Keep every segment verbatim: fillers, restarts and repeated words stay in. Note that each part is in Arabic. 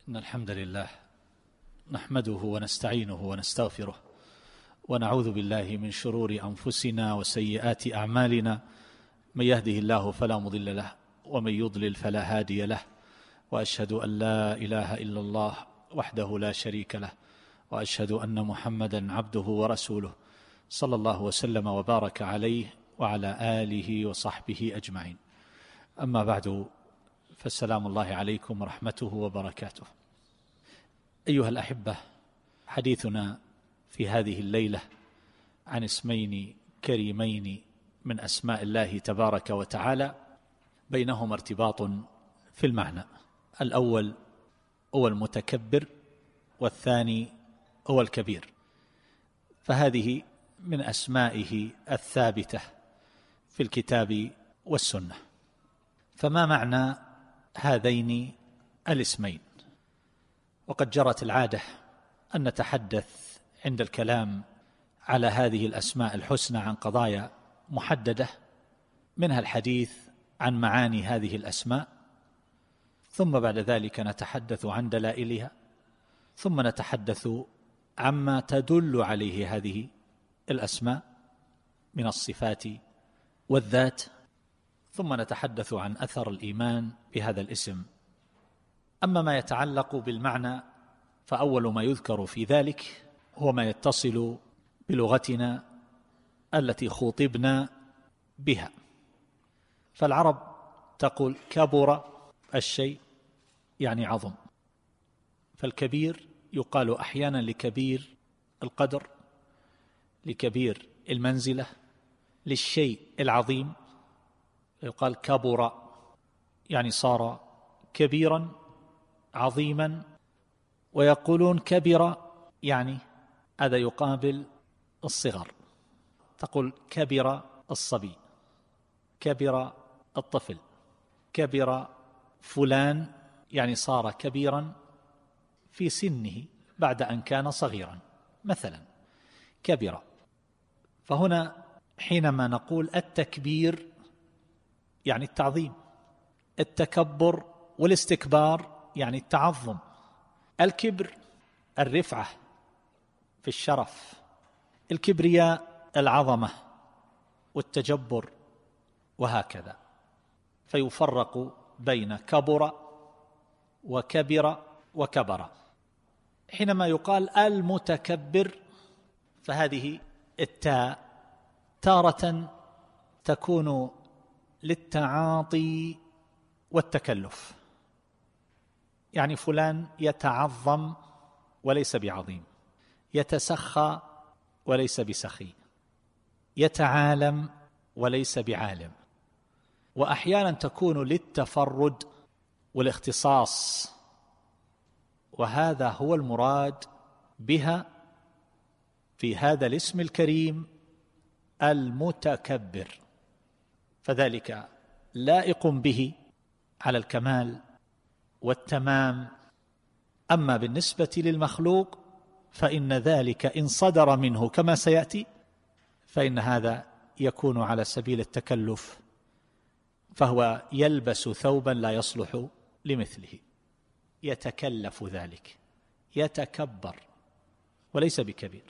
إن الحمد لله نحمده ونستعينه ونستغفره ونعوذ بالله من شرور أنفسنا وسيئات أعمالنا. من يهده الله فلا مضل له ومن يضلل فلا هادي له، وأشهد أن لا إله إلا الله وحده لا شريك له، وأشهد أن محمدا عبده ورسوله صلى الله وسلم وبارك عليه وعلى آله وصحبه أجمعين. أما بعد، فالسلام الله عليكم ورحمته وبركاته. أيها الأحبة، حديثنا في هذه الليلة عن اسمين كريمين من أسماء الله تبارك وتعالى بينهما ارتباط في المعنى. الأول هو المتكبر، والثاني هو الكبير، فهذه من أسمائه الثابتة في الكتاب والسنة. فما معنى هذين الاسمين؟ وقد جرت العادة أن نتحدث عند الكلام على هذه الأسماء الحسنى عن قضايا محددة، منها الحديث عن معاني هذه الأسماء، ثم بعد ذلك نتحدث عن دلائلها، ثم نتحدث عما تدل عليه هذه الأسماء من الصفات والذات، ثم نتحدث عن أثر الإيمان بهذا الاسم. أما ما يتعلق بالمعنى، فأول ما يذكر في ذلك هو ما يتصل بلغتنا التي خوطبنا بها. فالعرب تقول كبر الشيء يعني عظم، فالكبير يقال أحيانا لكبير القدر، لكبير المنزلة، للشيء العظيم يقال كبر، يعني صار كبيرا عظيما. ويقولون كبر يعني هذا يقابل الصغر، تقول كبر الصبي، كبر الطفل، كبر فلان يعني صار كبيرا في سنه بعد أن كان صغيرا مثلا، كبر. فهنا حينما نقول التكبير يعني التعظيم، التكبر والاستكبار يعني التعظم. الكبر الرفعة في الشرف، الكبرياء العظمة والتجبر، وهكذا. فيفرق بين كبر وكبر وكبر. حينما يقال المتكبر، فهذه التاء تارة تكون للتعاطي والتكلف، يعني فلان يتعظم وليس بعظيم، يتسخى وليس بسخي، يتعالم وليس بعالم. وأحيانا تكون للتفرد والاختصاص، وهذا هو المراد بها في هذا الاسم الكريم المتكبر، فذلك لائق به على الكمال والتمام. أما بالنسبة للمخلوق فإن ذلك إن صدر منه كما سيأتي فإن هذا يكون على سبيل التكلف، فهو يلبس ثوبا لا يصلح لمثله، يتكلف ذلك، يتكبر وليس بكبير،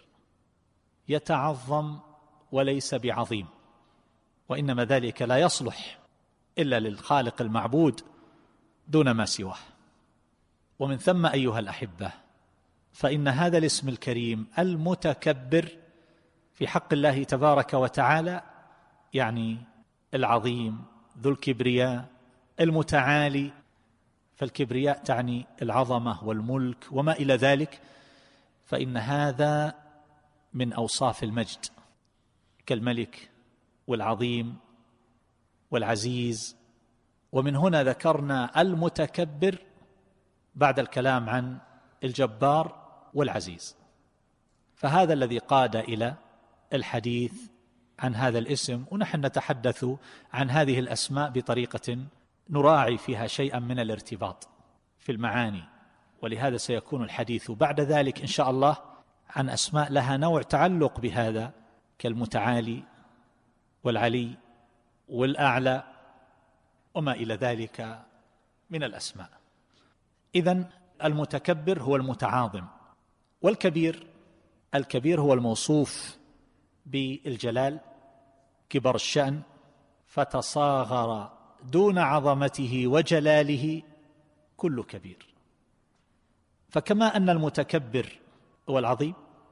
يتعظم وليس بعظيم، وإنما ذلك لا يصلح إلا للخالق المعبود دون ما سواه. ومن ثم أيها الأحبة، فإن هذا الاسم الكريم المتكبر في حق الله تبارك وتعالى يعني العظيم ذو الكبرياء المتعالي، فالكبرياء تعني العظمة والملك وما إلى ذلك، فإن هذا من أوصاف المجد كالملك والعظيم والعزيز. ومن هنا ذكرنا المتكبر بعد الكلام عن الجبار والعزيز، فهذا الذي قاد إلى الحديث عن هذا الاسم. ونحن نتحدث عن هذه الأسماء بطريقة نراعي فيها شيئا من الارتباط في المعاني، ولهذا سيكون الحديث بعد ذلك إن شاء الله عن أسماء لها نوع تعلق بهذا كالمتعالي والعلي والأعلى وما إلى ذلك من الأسماء. إذن المتكبر هو المتعاظم، والكبير الكبير هو الموصوف بالجلال كبر الشأن فتصاغر دون عظمته وجلاله كل كبير. فكما أن المتكبر هو العظيم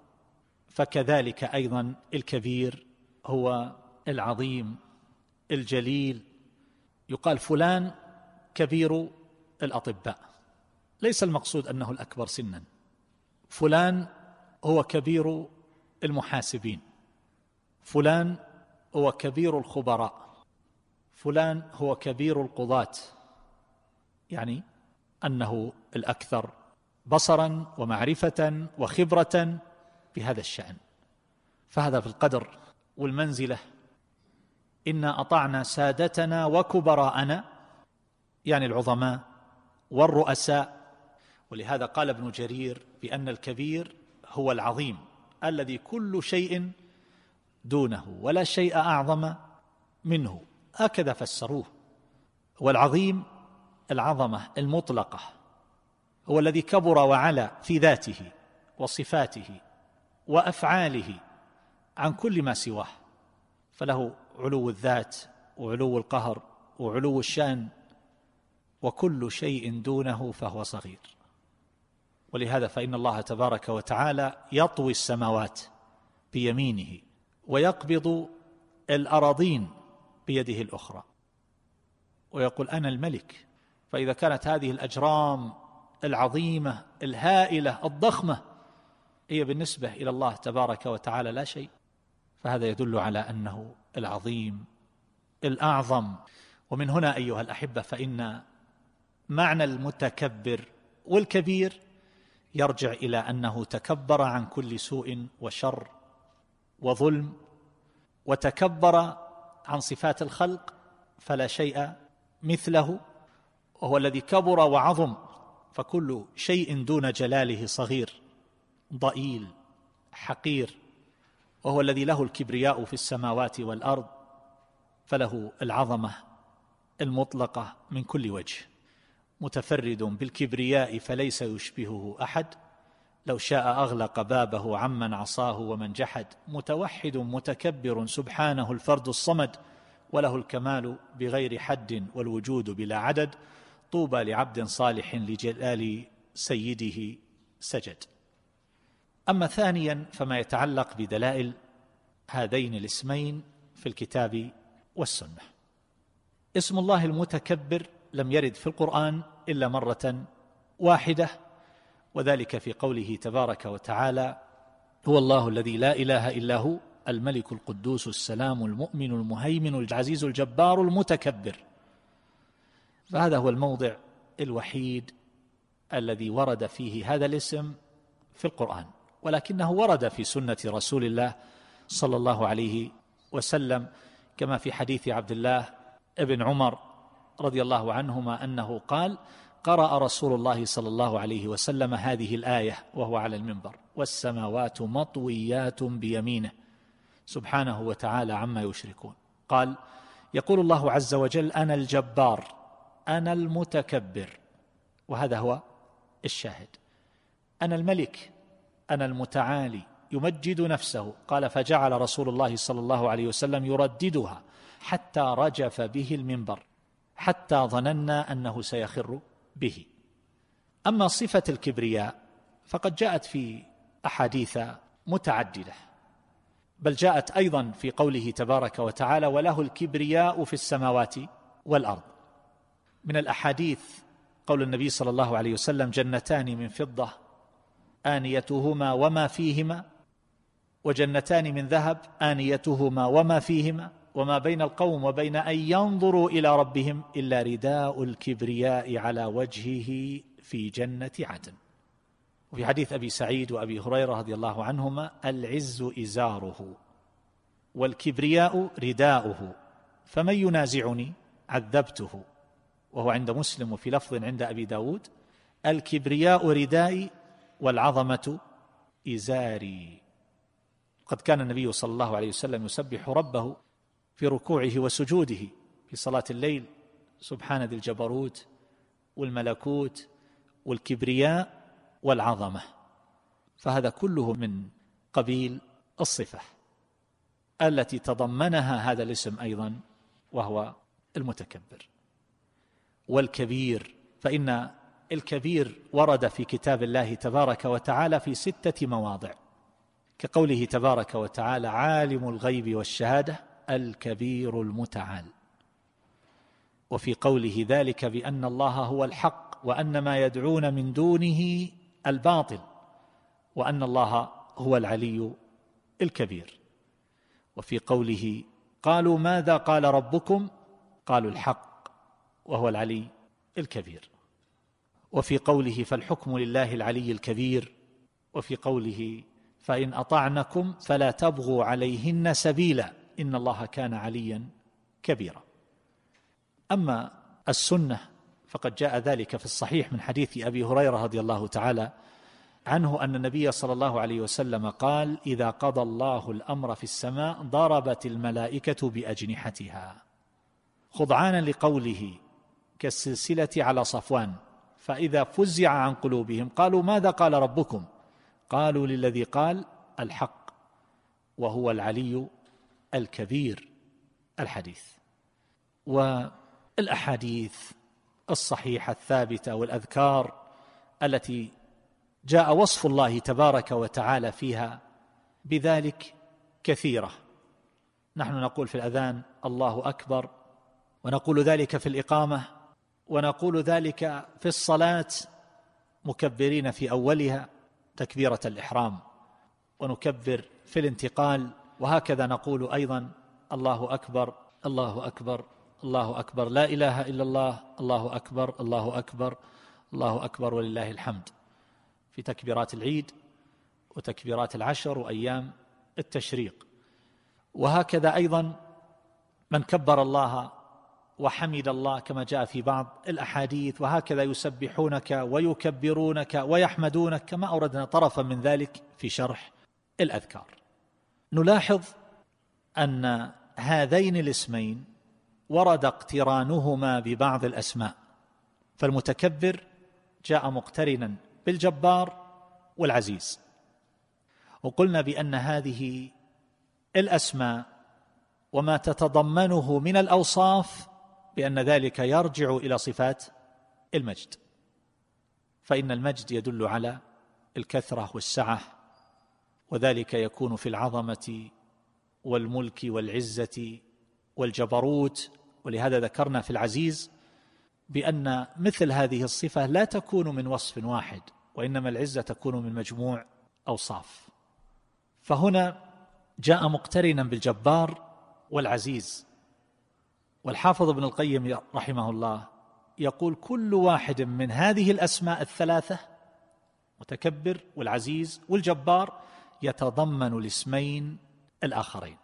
فكذلك أيضا الكبير هو العظيم الجليل. يقال فلان كبير الأطباء، ليس المقصود أنه الأكبر سنا. فلان هو كبير المحاسبين، فلان هو كبير الخبراء، فلان هو كبير القضاة، يعني أنه الأكثر بصرا ومعرفة وخبرة بهذا الشأن. فهذا في القدر والمنزلة. إنا أطعنا سادتنا وكبراءنا، يعني العظماء والرؤساء. ولهذا قال ابن جرير بأن الكبير هو العظيم الذي كل شيء دونه ولا شيء أعظم منه، هكذا فسروه. والعظيم العظمة المطلقة، هو الذي كبر وعلا في ذاته وصفاته وأفعاله عن كل ما سواه، فله علو الذات وعلو القهر وعلو الشأن، وكل شيء دونه فهو صغير. ولهذا فإن الله تبارك وتعالى يطوي السماوات بيمينه ويقبض الأراضين بيده الأخرى ويقول أنا الملك. فإذا كانت هذه الأجرام العظيمة الهائلة الضخمة هي بالنسبة إلى الله تبارك وتعالى لا شيء، فهذا يدل على أنه العظيم الأعظم. ومن هنا أيها الأحبة فإن معنى المتكبر والكبير يرجع إلى أنه تكبر عن كل سوء وشر وظلم، وتكبر عن صفات الخلق فلا شيء مثله، وهو الذي كبر وعظم، فكل شيء دون جلاله صغير ضئيل حقير. وهو الذي له الكبرياء في السماوات والأرض، فله العظمة المطلقة من كل وجه، متفرد بالكبرياء فليس يشبهه أحد، لو شاء أغلق بابه عمن عصاه ومن جحد، متوحد متكبر سبحانه الفرد الصمد، وله الكمال بغير حد والوجود بلا عدد، طوبى لعبد صالح لجلال سيده سجد. أما ثانيا فما يتعلق بدلائل هذين الاسمين في الكتاب والسنة. اسم الله المتكبر لم يرد في القرآن إلا مرة واحدة، وذلك في قوله تبارك وتعالى هو الله الذي لا إله إلا هو الملك القدوس السلام المؤمن المهيمن العزيز الجبار المتكبر. فهذا هو الموضع الوحيد الذي ورد فيه هذا الاسم في القرآن، ولكنه ورد في سنة رسول الله صلى الله عليه وسلم، كما في حديث عبد الله ابن عمر رضي الله عنهما أنه قال قرأ رسول الله صلى الله عليه وسلم هذه الآية وهو على المنبر والسماوات مطويات بيمينه سبحانه وتعالى عما يشركون. قال يقول الله عز وجل أنا الجبار أنا المتكبر، وهذا هو الشاهد. أنا الملك أنا المتعالي، يمجد نفسه. قال فجعل رسول الله صلى الله عليه وسلم يرددها حتى رجف به المنبر، حتى ظننا أنه سيخر به. أما صفة الكبرياء فقد جاءت في أحاديث متعددة، بل جاءت أيضا في قوله تبارك وتعالى وله الكبرياء في السماوات والأرض. من الأحاديث قول النبي صلى الله عليه وسلم جنتان من فضة آنيتهما وما فيهما، وجنتان من ذهب آنيتهما وما فيهما، وما بين القوم وبين أن ينظروا إلى ربهم إلا رداء الكبرياء على وجهه في جنة عدن. وفي حديث أبي سعيد وأبي هريرة رضي الله عنهما العز إزاره والكبرياء رداؤه فمن ينازعني عذبته. وهو عند مسلم وفي لفظ عند أبي داود الكبرياء ردائي والعظمة إزاري. قد كان النبي صلى الله عليه وسلم يسبح ربه في ركوعه وسجوده في صلاة الليل سبحان ذي الجبروت والملكوت والكبرياء والعظمة، فهذا كله من قبيل الصفة التي تضمنها هذا الاسم أيضا، وهو المتكبر. والكبير، فإن الكبير ورد في كتاب الله تبارك وتعالى في ستة مواضع، كقوله تبارك وتعالى: عالم الغيب والشهادة الكبير المتعال. وفي قوله: ذلك بأن الله هو الحق وأن ما يدعون من دونه الباطل وأن الله هو العلي الكبير. وفي قوله: قالوا ماذا قال ربكم؟ قالوا الحق وهو العلي الكبير. وفي قوله: فالحكم لله العلي الكبير. وفي قوله: فإن أطعنكم فلا تبغوا عليهن سبيلا إن الله كان عليا كبيرا. أما السنة فقد جاء ذلك في الصحيح من حديث أبي هريرة رضي الله تعالى عنه أن النبي صلى الله عليه وسلم قال: إذا قضى الله الأمر في السماء ضربت الملائكة بأجنحتها، خضعانا لقوله كالسلسلة على صفوان، فإذا فزع عن قلوبهم قالوا ماذا قال ربكم؟ قالوا للذي قال الحق وهو العلي الكبير. الحديث. والأحاديث الصحيحة الثابتة والأذكار التي جاء وصف الله تبارك وتعالى فيها بذلك كثيرة. نحن نقول في الأذان الله أكبر، ونقول ذلك في الإقامة، ونقول ذلك في الصلاة مكبرين في أولها تكبيرة الإحرام، ونكبر في الانتقال، وهكذا نقول أيضا الله أكبر الله أكبر الله أكبر، لا إله إلا الله، الله أكبر الله أكبر الله أكبر ولله الحمد، في تكبيرات العيد وتكبيرات العشر وأيام التشريق. وهكذا أيضا من كبر الله وحمد الله كما جاء في بعض الأحاديث، وهكذا يسبحونك ويكبرونك ويحمدونك كما أوردنا طرفا من ذلك في شرح الأذكار. نلاحظ أن هذين الاسمين ورد اقترانهما ببعض الأسماء، فالمتكبر جاء مقترنا بالجبار والعزيز، وقلنا بأن هذه الأسماء وما تتضمنه من الأوصاف بأن ذلك يرجع إلى صفات المجد، فإن المجد يدل على الكثرة والسعة، وذلك يكون في العظمة والملك والعزة والجبروت. ولهذا ذكرنا في العزيز بأن مثل هذه الصفة لا تكون من وصف واحد، وإنما العزة تكون من مجموع أوصاف. فهنا جاء مقترنا بالجبار والعزيز. والحافظ ابن القيم رحمه الله يقول: كل واحد من هذه الأسماء الثلاثة، متكبر والعزيز والجبار، يتضمن الاسمين الآخرين،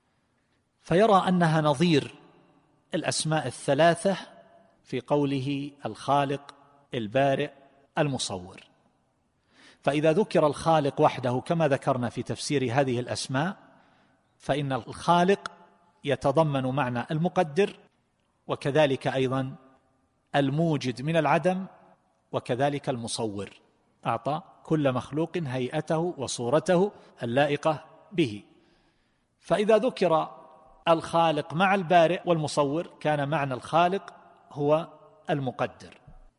فيرى أنها نظير الأسماء الثلاثة في قوله الخالق البارئ المصور. فإذا ذكر الخالق وحده كما ذكرنا في تفسير هذه الأسماء، فإن الخالق يتضمن معنى المقدر، وكذلك أيضا الموجد من العدم، وكذلك المصور، أعطى كل مخلوق هيئته وصورته اللائقة به. فإذا ذكر الخالق مع البارئ والمصور كان معنى الخالق هو المقدر.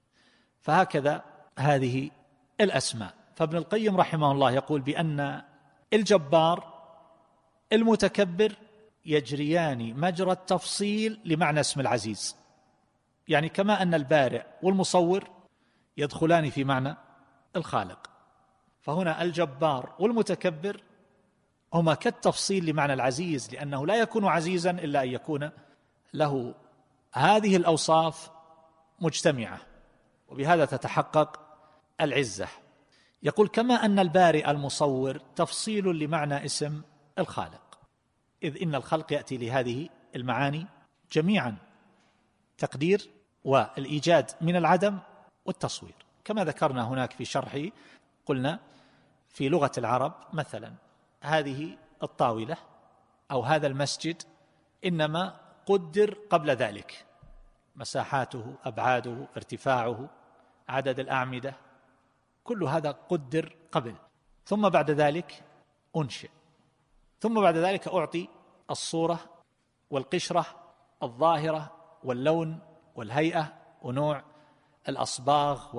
فهكذا هذه الأسماء. فابن القيم رحمه الله يقول بأن الجبار المتكبر يجريان مجرى التفصيل لمعنى اسم العزيز، يعني كما أن البارئ والمصور يدخلان في معنى الخالق، فهنا الجبار والمتكبر هما كالتفصيل لمعنى العزيز، لأنه لا يكون عزيزا إلا أن يكون له هذه الأوصاف مجتمعة، وبهذا تتحقق العزة. يقول: كما أن البارئ المصور تفصيل لمعنى اسم الخالق، إذ إن الخلق يأتي لهذه المعاني جميعا: تقدير والإيجاد من العدم والتصوير. كما ذكرنا هناك في شرحه، قلنا في لغة العرب مثلا هذه الطاولة أو هذا المسجد إنما قدر قبل ذلك، مساحاته، أبعاده، ارتفاعه، عدد الأعمدة، كل هذا قدر قبل، ثم بعد ذلك أنشئ، ثم بعد ذلك أعطي الصورة والقشرة الظاهرة واللون والهيئة ونوع الأصباغ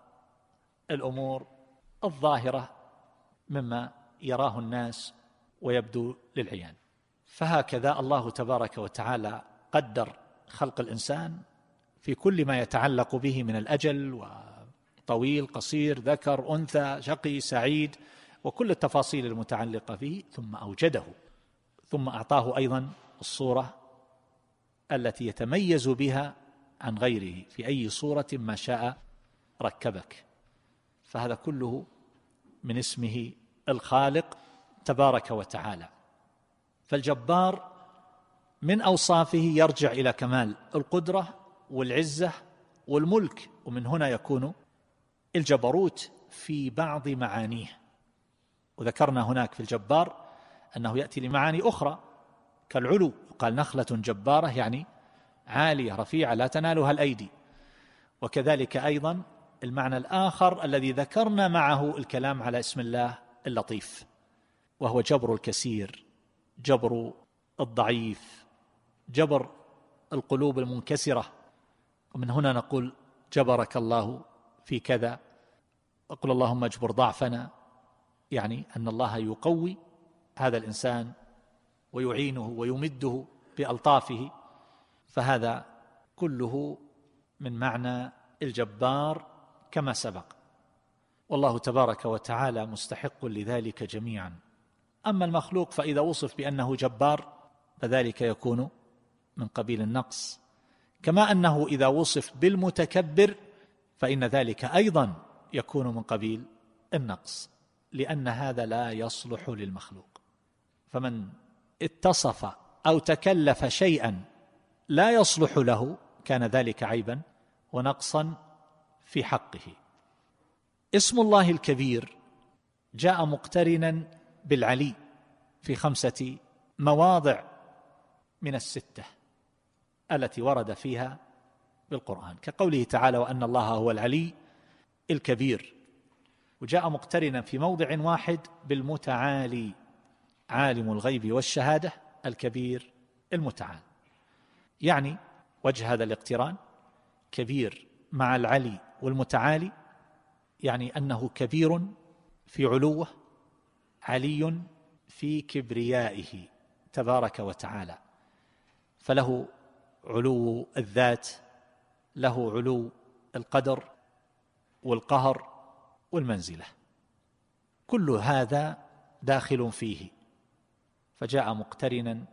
والأمور الظاهرة مما يراه الناس ويبدو للعيان. فهكذا الله تبارك وتعالى قدر خلق الإنسان في كل ما يتعلق به من الأجل، وطويل قصير ذكر أنثى شقي سعيد، وكل التفاصيل المتعلقة به، ثم أوجده، ثم أعطاه أيضا الصورة التي يتميز بها عن غيره، في أي صورة ما شاء ركبك. فهذا كله من اسمه الخالق تبارك وتعالى. فالجبار من أوصافه يرجع إلى كمال القدرة والعزة والملك، ومن هنا يكون الجبروت في بعض معانيه. وذكرنا هناك في الجبار أنه يأتي لمعاني أخرى كالعلو، قال نخلة جبارة يعني عالية رفيعة لا تنالها الأيدي. وكذلك أيضا المعنى الآخر الذي ذكرنا معه الكلام على اسم الله اللطيف، وهو جبر الكسير، جبر الضعيف، جبر القلوب المنكسرة. ومن هنا نقول جبرك الله في كذا، أقول اللهم اجبر ضعفنا، يعني أن الله يقوي هذا الإنسان ويعينه ويمده بألطافه. فهذا كله من معنى الجبار كما سبق، والله تبارك وتعالى مستحق لذلك جميعا. أما المخلوق فإذا وصف بأنه جبار فذلك يكون من قبيل النقص، كما أنه إذا وصف بالمتكبر فإن ذلك أيضا يكون من قبيل النقص، لأن هذا لا يصلح للمخلوق. فمن اتصف أو تكلف شيئا لا يصلح له كان ذلك عيبا ونقصا في حقه. اسم الله الكبير جاء مقترنا بالعلي في خمسة مواضع من الستة التي ورد فيها بالقرآن، كقوله تعالى وأن الله هو العلي الكبير، وجاء مقترنا في موضع واحد بالمتعالي، عالم الغيب والشهادة الكبير المتعال. يعني وجه هذا الاقتران كبير مع العلي والمتعالي، يعني أنه كبير في علوه، علي في كبريائه تبارك وتعالى، فله علو الذات، له علو القدر والقهر والمنزلة، كل هذا داخل فيه، فجاء مقترنا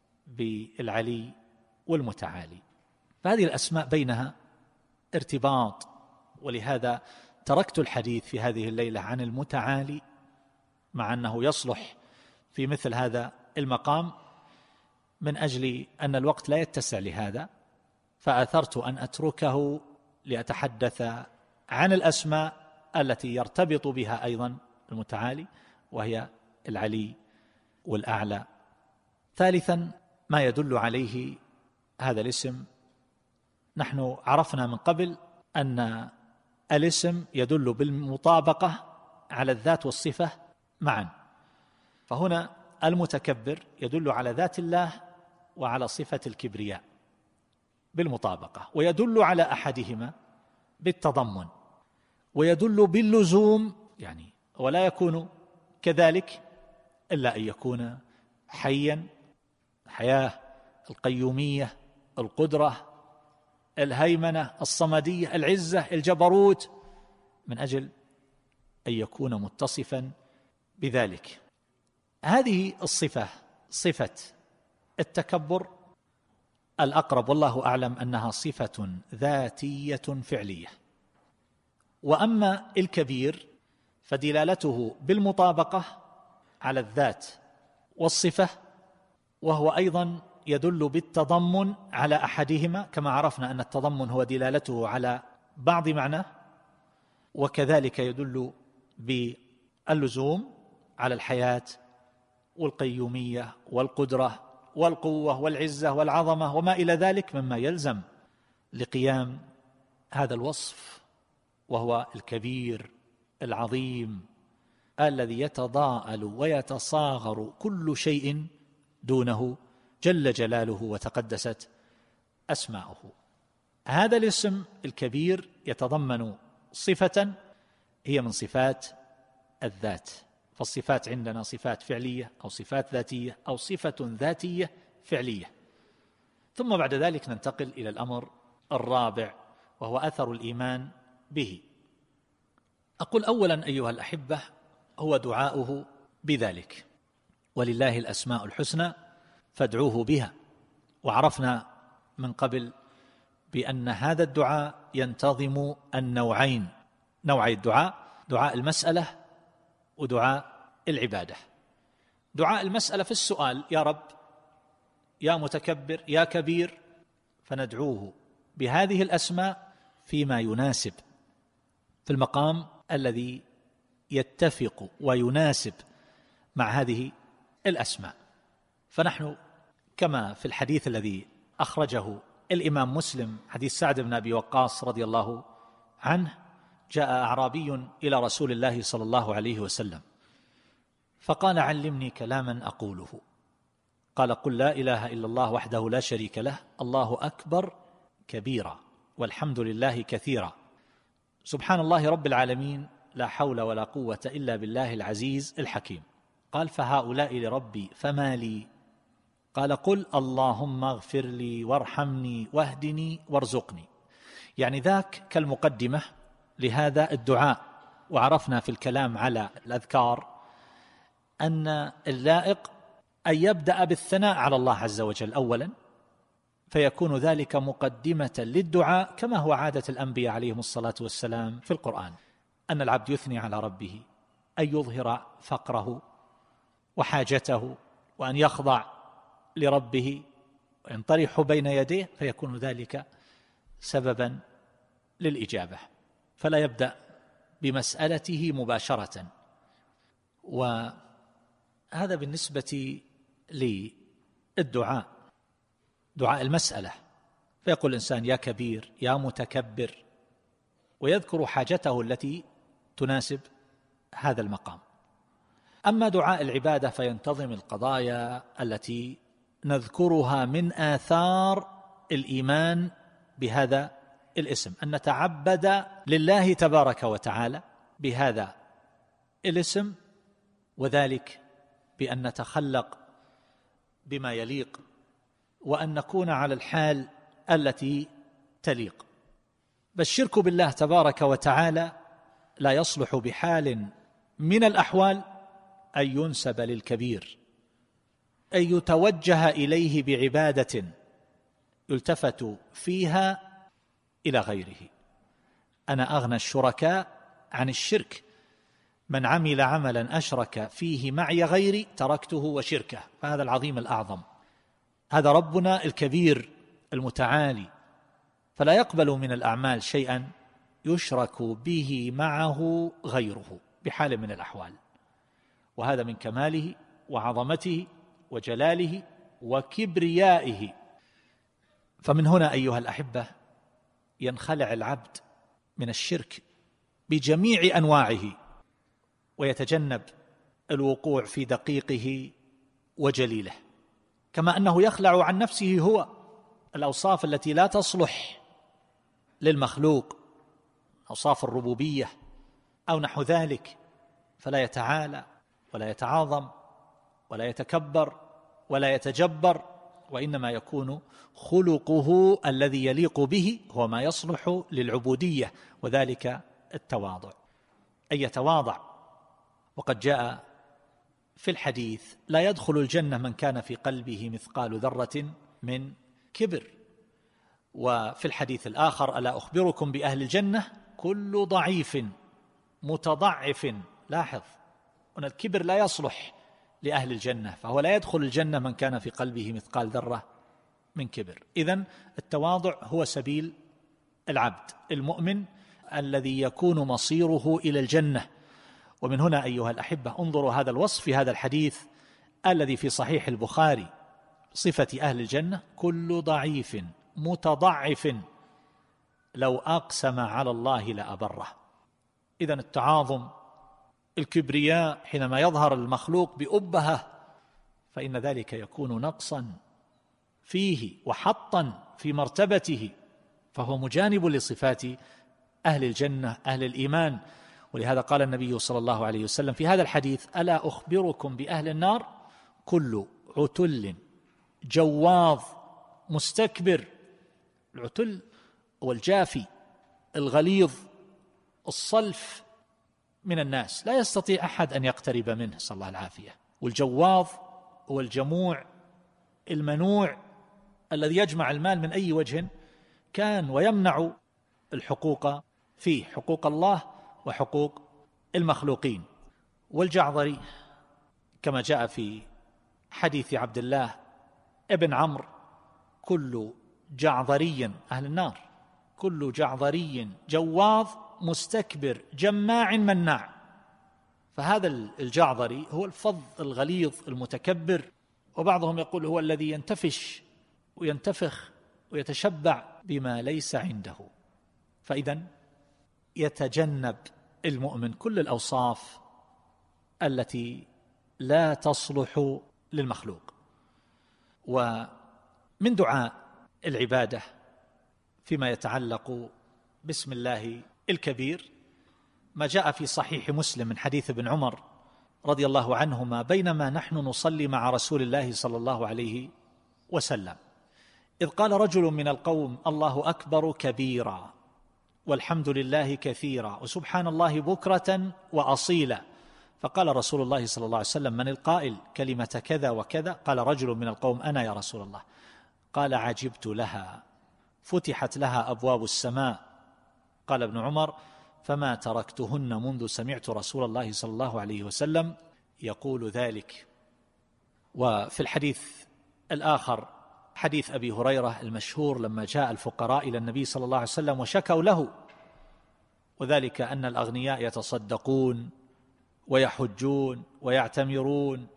بالعلي والمتعالي. فهذه الأسماء بينها ارتباط، ولهذا تركت الحديث في هذه الليلة عن المتعالي، مع أنه يصلح في مثل هذا المقام، من أجل أن الوقت لا يتسع لهذا، فأثرت أن أتركه لأتحدث عن الأسماء التي يرتبط بها أيضا المتعالي، وهي العلي والأعلى. ثالثا ما يدل عليه هذا الاسم، نحن عرفنا من قبل أن الاسم يدل بالمطابقة على الذات والصفة معا، فهنا المتكبر يدل على ذات الله وعلى صفة الكبرياء بالمطابقة، ويدل على أحدهما بالتضمن، ويدل باللزوم، يعني ولا يكون كذلك إلا أن يكون حيا، الحياة، القيومية، القدرة، الهيمنة، الصمدية، العزة، الجبروت، من أجل أن يكون متصفا بذلك. هذه الصفة، صفة التكبر، الأقرب والله أعلم أنها صفة ذاتية فعلية. وأما الكبير فدلالته بالمطابقة على الذات والصفة، وهو أيضا يدل بالتضمن على أحدهما، كما عرفنا أن التضمن هو دلالته على بعض معناه، وكذلك يدل باللزوم على الحياة والقيومية والقدرة والقوة والعزة والعظمة وما إلى ذلك مما يلزم لقيام هذا الوصف وهو الكبير العظيم الذي يتضاءل ويتصاغر كل شيء دونه جل جلاله وتقدست أسماؤه. هذا الاسم الكبير يتضمن صفة هي من صفات الذات، فالصفات عندنا صفات فعلية أو صفات ذاتية أو صفة ذاتية فعلية. ثم بعد ذلك ننتقل إلى الأمر الرابع وهو أثر الإيمان به. أقول أولا أيها الأحبة هو دعاؤه بذلك، ولله الأسماء الحسنى فادعوه بها. وعرفنا من قبل بأن هذا الدعاء ينتظم النوعين، نوعي الدعاء: دعاء المسألة ودعاء العبادة. دعاء المسألة في السؤال: يا رب، يا متكبر، يا كبير، فندعوه بهذه الأسماء فيما يناسب في المقام الذي يتفق ويناسب مع هذه الأسماء. فنحن كما في الحديث الذي أخرجه الإمام مسلم، حديث سعد بن أبي وقاص رضي الله عنه: جاء أعرابي إلى رسول الله صلى الله عليه وسلم فقال: علمني كلاما أقوله. قال: قل لا إله إلا الله وحده لا شريك له، الله أكبر كبيرا، والحمد لله كثيرا، سبحان الله رب العالمين، لا حول ولا قوة إلا بالله العزيز الحكيم. قال: فهؤلاء لربي فما لي؟ قال: قل اللهم اغفر لي وارحمني واهدني وارزقني. يعني ذاك كالمقدمة لهذا الدعاء. وعرفنا في الكلام على الأذكار أن اللائق أن يبدأ بالثناء على الله عز وجل أولا، فيكون ذلك مقدمة للدعاء، كما هو عادة الأنبياء عليهم الصلاة والسلام في القرآن، أن العبد يثني على ربه، أن يظهر فقره وحاجته، وأن يخضع لربه وينطرح بين يديه، فيكون ذلك سببا للإجابة. فلا يبدأ بمسألته مباشرة. وهذا بالنسبة للدعاء، دعاء المسألة، فيقول الإنسان: يا كبير، يا متكبر، ويذكر حاجته التي تناسب هذا المقام. أما دعاء العبادة فينتظم القضايا التي نذكرها من آثار الإيمان بهذا الاسم، أن نتعبد لله تبارك وتعالى بهذا الاسم، وذلك بأن نتخلق بما يليق، وأن نكون على الحال التي تليق. فالشرك بالله تبارك وتعالى لا يصلح بحال من الأحوال أن ينسب للكبير، أن يتوجه إليه بعبادة يلتفت فيها إلى غيره. أنا أغنى الشركاء عن الشرك، من عمل عملا أشرك فيه معي غيري تركته وشركه. فهذا العظيم الأعظم، هذا ربنا الكبير المتعالي، فلا يقبل من الأعمال شيئا يشرك به معه غيره بحال من الأحوال. وهذا من كماله وعظمته وجلاله وكبريائه. فمن هنا أيها الأحبة ينخلع العبد من الشرك بجميع أنواعه، ويتجنب الوقوع في دقيقه وجليله، كما أنه يخلع عن نفسه هو الأوصاف التي لا تصلح للمخلوق، أوصاف الربوبية أو نحو ذلك، فلا يتعالى ولا يتعاظم ولا يتكبر ولا يتجبر، وإنما يكون خلقه الذي يليق به هو ما يصلح للعبودية، وذلك التواضع، أن يتواضع. وقد جاء في الحديث: لا يدخل الجنة من كان في قلبه مثقال ذرة من كبر. وفي الحديث الآخر: ألا أخبركم بأهل الجنة؟ كل ضعيف متضعف. لاحظ أن الكبر لا يصلح لأهل الجنة، فهو لا يدخل الجنة من كان في قلبه مثقال ذرة من كبر. إذن التواضع هو سبيل العبد المؤمن الذي يكون مصيره إلى الجنة. ومن هنا أيها الأحبة انظروا هذا الوصف في هذا الحديث الذي في صحيح البخاري: صفة أهل الجنة كل ضعيف متضعف لو أقسم على الله لأبره. إذن التعاظم، الكبرياء حينما يظهر المخلوق بأبهة فإن ذلك يكون نقصا فيه وحطا في مرتبته، فهو مجانب لصفات أهل الجنة أهل الإيمان. ولهذا قال النبي صلى الله عليه وسلم في هذا الحديث: ألا أخبركم بأهل النار؟ كل عتل جواظ مستكبر. العتل والجافي الغليظ الصلف من الناس، لا يستطيع أحد أن يقترب منه، صلى الله العافية. والجواظ هو الجموع المنوع الذي يجمع المال من أي وجه كان ويمنع الحقوق فيه، حقوق الله وحقوق المخلوقين. والجعظري كما جاء في حديث عبد الله ابن عمرو: كل جعظري أهل النار، كل جعظري جواظ مستكبر جماع مناع. فهذا الجعظري هو الفظ الغليظ المتكبر، وبعضهم يقول هو الذي ينتفش وينتفخ ويتشبع بما ليس عنده. فإذن يتجنب المؤمن كل الأوصاف التي لا تصلح للمخلوق. ومن دعاء العبادة فيما يتعلق باسم الله الكبير ما جاء في صحيح مسلم من حديث ابن عمر رضي الله عنهما: بينما نحن نصلي مع رسول الله صلى الله عليه وسلم إذ قال رجل من القوم: الله أكبر كبيرا والحمد لله كثيرا وسبحان الله بكرة وأصيلا. فقال رسول الله صلى الله عليه وسلم: من القائل كلمة كذا وكذا؟ قال رجل من القوم: أنا يا رسول الله. قال: عجبت لها، فتحت لها أبواب السماء. قال ابن عمر: فما تركتهن منذ سمعت رسول الله صلى الله عليه وسلم يقول ذلك. وفي الحديث الآخر حديث أبي هريرة المشهور لما جاء الفقراء إلى النبي صلى الله عليه وسلم وشكوا له، وذلك أن الأغنياء يتصدقون ويحجون ويعتمرون،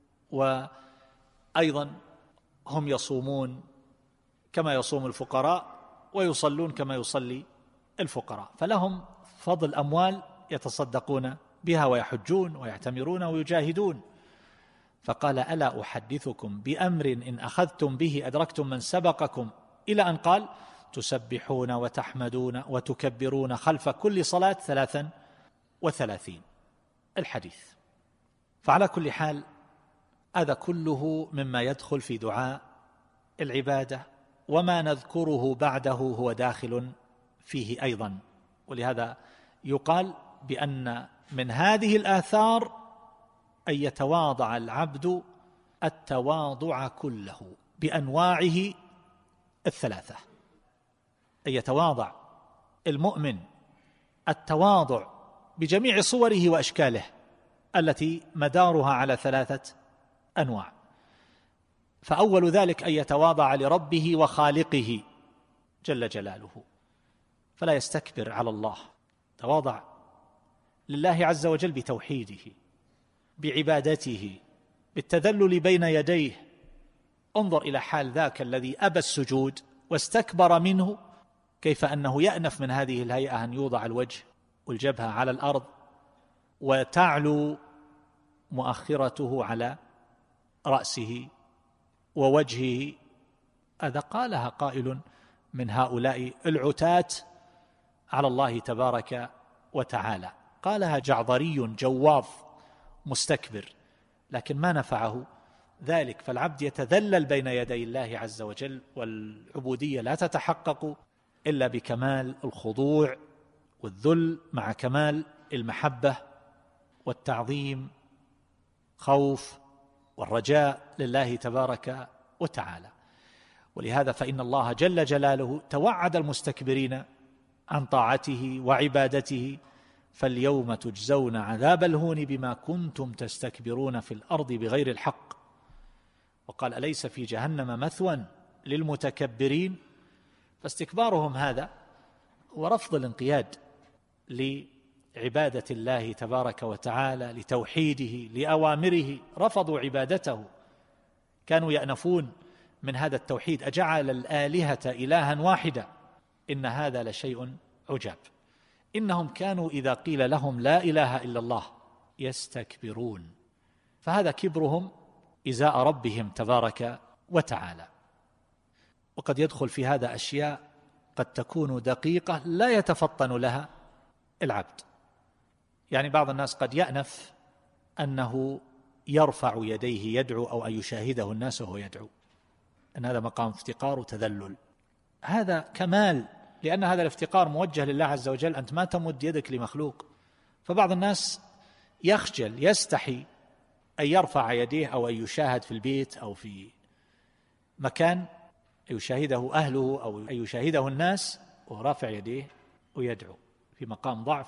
وأيضا هم يصومون كما يصوم الفقراء ويصلون كما يصلي الفقراء، فلهم فضل أموال يتصدقون بها ويحجون ويعتمرون ويجاهدون. فقال: ألا أحدثكم بأمر إن أخذتم به أدركتم من سبقكم، إلى أن قال: تسبحون وتحمدون وتكبرون خلف كل صلاة ثلاثا وثلاثين الحديث. فعلى كل حال هذا كله مما يدخل في دعاء العبادة، وما نذكره بعده هو داخل فيه أيضا. ولهذا يقال بأن من هذه الآثار أن يتواضع العبد التواضع كله بأنواعه الثلاثة، أن يتواضع المؤمن التواضع بجميع صوره وأشكاله التي مدارها على ثلاثة أنواع. فأول ذلك أن يتواضع لربه وخالقه جل جلاله، فلا يستكبر على الله، تواضع لله عز وجل بتوحيده، بعبادته، بالتذلل بين يديه. انظر إلى حال ذاك الذي أبى السجود واستكبر منه، كيف أنه يأنف من هذه الهيئة أن يوضع الوجه والجبهة على الأرض وتعلو مؤخرته على رأسه ووجهه. هذا قالها قائل من هؤلاء العتاة على الله تبارك وتعالى، قالها جعظري جواظ مستكبر، لكن ما نفعه ذلك. فالعبد يتذلل بين يدي الله عز وجل، والعبودية لا تتحقق إلا بكمال الخضوع والذل مع كمال المحبة والتعظيم، خوف والرجاء لله تبارك وتعالى. ولهذا فإن الله جل جلاله توعد المستكبرين عن طاعته وعبادته: فاليوم تجزون عذاب الهون بما كنتم تستكبرون في الأرض بغير الحق. وقال: أليس في جهنم مثوى للمتكبرين؟ فاستكبارهم هذا ورفض الانقياد لعبادة الله تبارك وتعالى، لتوحيده، لأوامره، رفضوا عبادته، كانوا يأنفون من هذا التوحيد: أجعل الآلهة إلها واحدة إن هذا لشيء عجاب. إنهم كانوا إذا قيل لهم لا إله إلا الله يستكبرون. فهذا كبرهم إزاء ربهم تبارك وتعالى. وقد يدخل في هذا أشياء قد تكون دقيقة لا يتفطن لها العبد. يعني بعض الناس قد يأنف أنه يرفع يديه يدعو أو أن يشاهده الناس وهو يدعو، أن هذا مقام افتقار وتذلل. هذا كمال، لأن هذا الافتقار موجه لله عز وجل، أنت ما تمد يدك لمخلوق. فبعض الناس يخجل يستحي أن يرفع يديه أو أن يشاهد في البيت أو في مكان يشاهده أهله أو أن يشاهده الناس وهو رافع يديه ويدعو في مقام ضعف،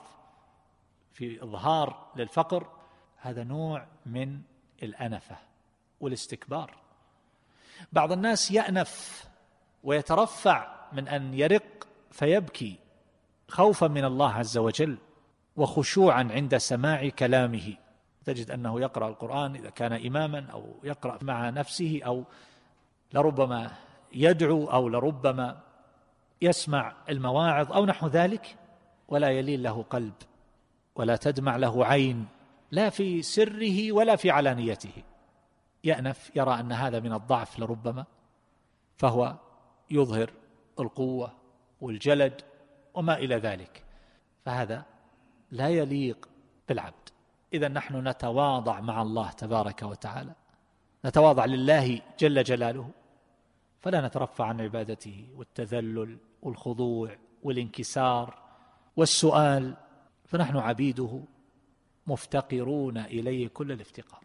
في إظهار للفقر. هذا نوع من الأنفة والاستكبار. بعض الناس يأنف ويترفع من أن يرق فيبكي خوفا من الله عز وجل وخشوعا عند سماع كلامه. تجد أنه يقرأ القرآن إذا كان إماما أو يقرأ مع نفسه أو لربما يدعو أو لربما يسمع المواعظ أو نحو ذلك، ولا يلين له قلب ولا تدمع له عين، لا في سره ولا في علانيته. يأنف، يرى أن هذا من الضعف لربما، فهو يظهر القوة والجلد وما إلى ذلك. فهذا لا يليق بالعبد. إذا نحن نتواضع مع الله تبارك وتعالى، نتواضع لله جل جلاله، فلا نترفع عن عبادته والتذلل والخضوع والانكسار والسؤال، فنحن عبيده مفتقرون إليه كل الافتقار.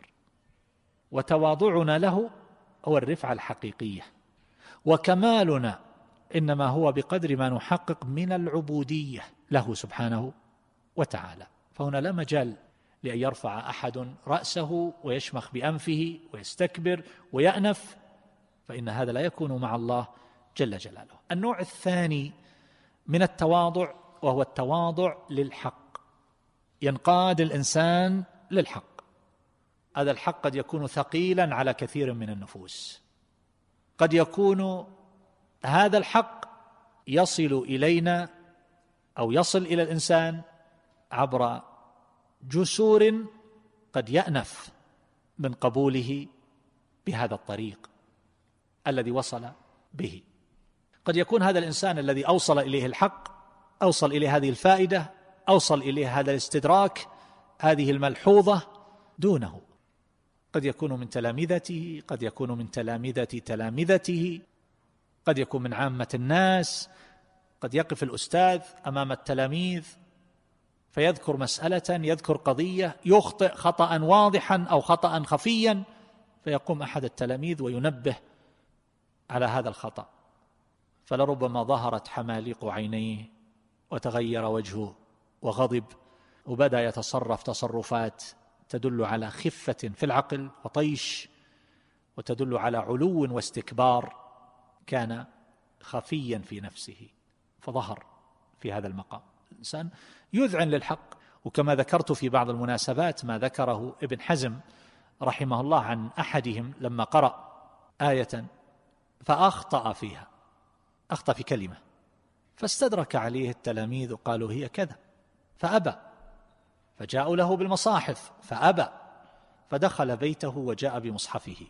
وتواضعنا له هو الرفعة الحقيقية، وكمالنا إنما هو بقدر ما نحقق من العبودية له سبحانه وتعالى. فهنا لا مجال لأن يرفع أحد رأسه ويشمخ بأنفه ويستكبر ويأنف، فإن هذا لا يكون مع الله جل جلاله. النوع الثاني من التواضع وهو التواضع للحق، ينقاد الإنسان للحق. هذا الحق قد يكون ثقيلا على كثير من النفوس، قد يكون هذا الحق يصل إلينا أو يصل إلى الإنسان عبر جسور قد يأنف من قبوله بهذا الطريق الذي وصل به. قد يكون هذا الإنسان الذي أوصل إليه الحق، أوصل إليه هذه الفائدة، أوصل إليه هذا الاستدراك، هذه الملحوظة، دونه. قد يكون من تلامذته، قد يكون من تلامذة تلامذته، قد يكون من عامة الناس. قد يقف الأستاذ أمام التلاميذ فيذكر مسألة، يذكر قضية، يخطئ خطأ واضحا أو خطأ خفيا، فيقوم أحد التلاميذ وينبه على هذا الخطأ، فلربما ظهرت حماليق عينيه وتغير وجهه وغضب وبدأ يتصرف تصرفات تدل على خفة في العقل وطيش، وتدل على علو واستكبار كان خفيا في نفسه، فظهر في هذا المقام. الإنسان يذعن للحق. وكما ذكرت في بعض المناسبات ما ذكره ابن حزم رحمه الله عن أحدهم لما قرأ آية فأخطأ فيها، أخطأ في كلمة، فاستدرك عليه التلاميذ وقالوا هي كذا، فأبى، فجاءوا له بالمصاحف فأبى، فدخل بيته وجاء بمصحفه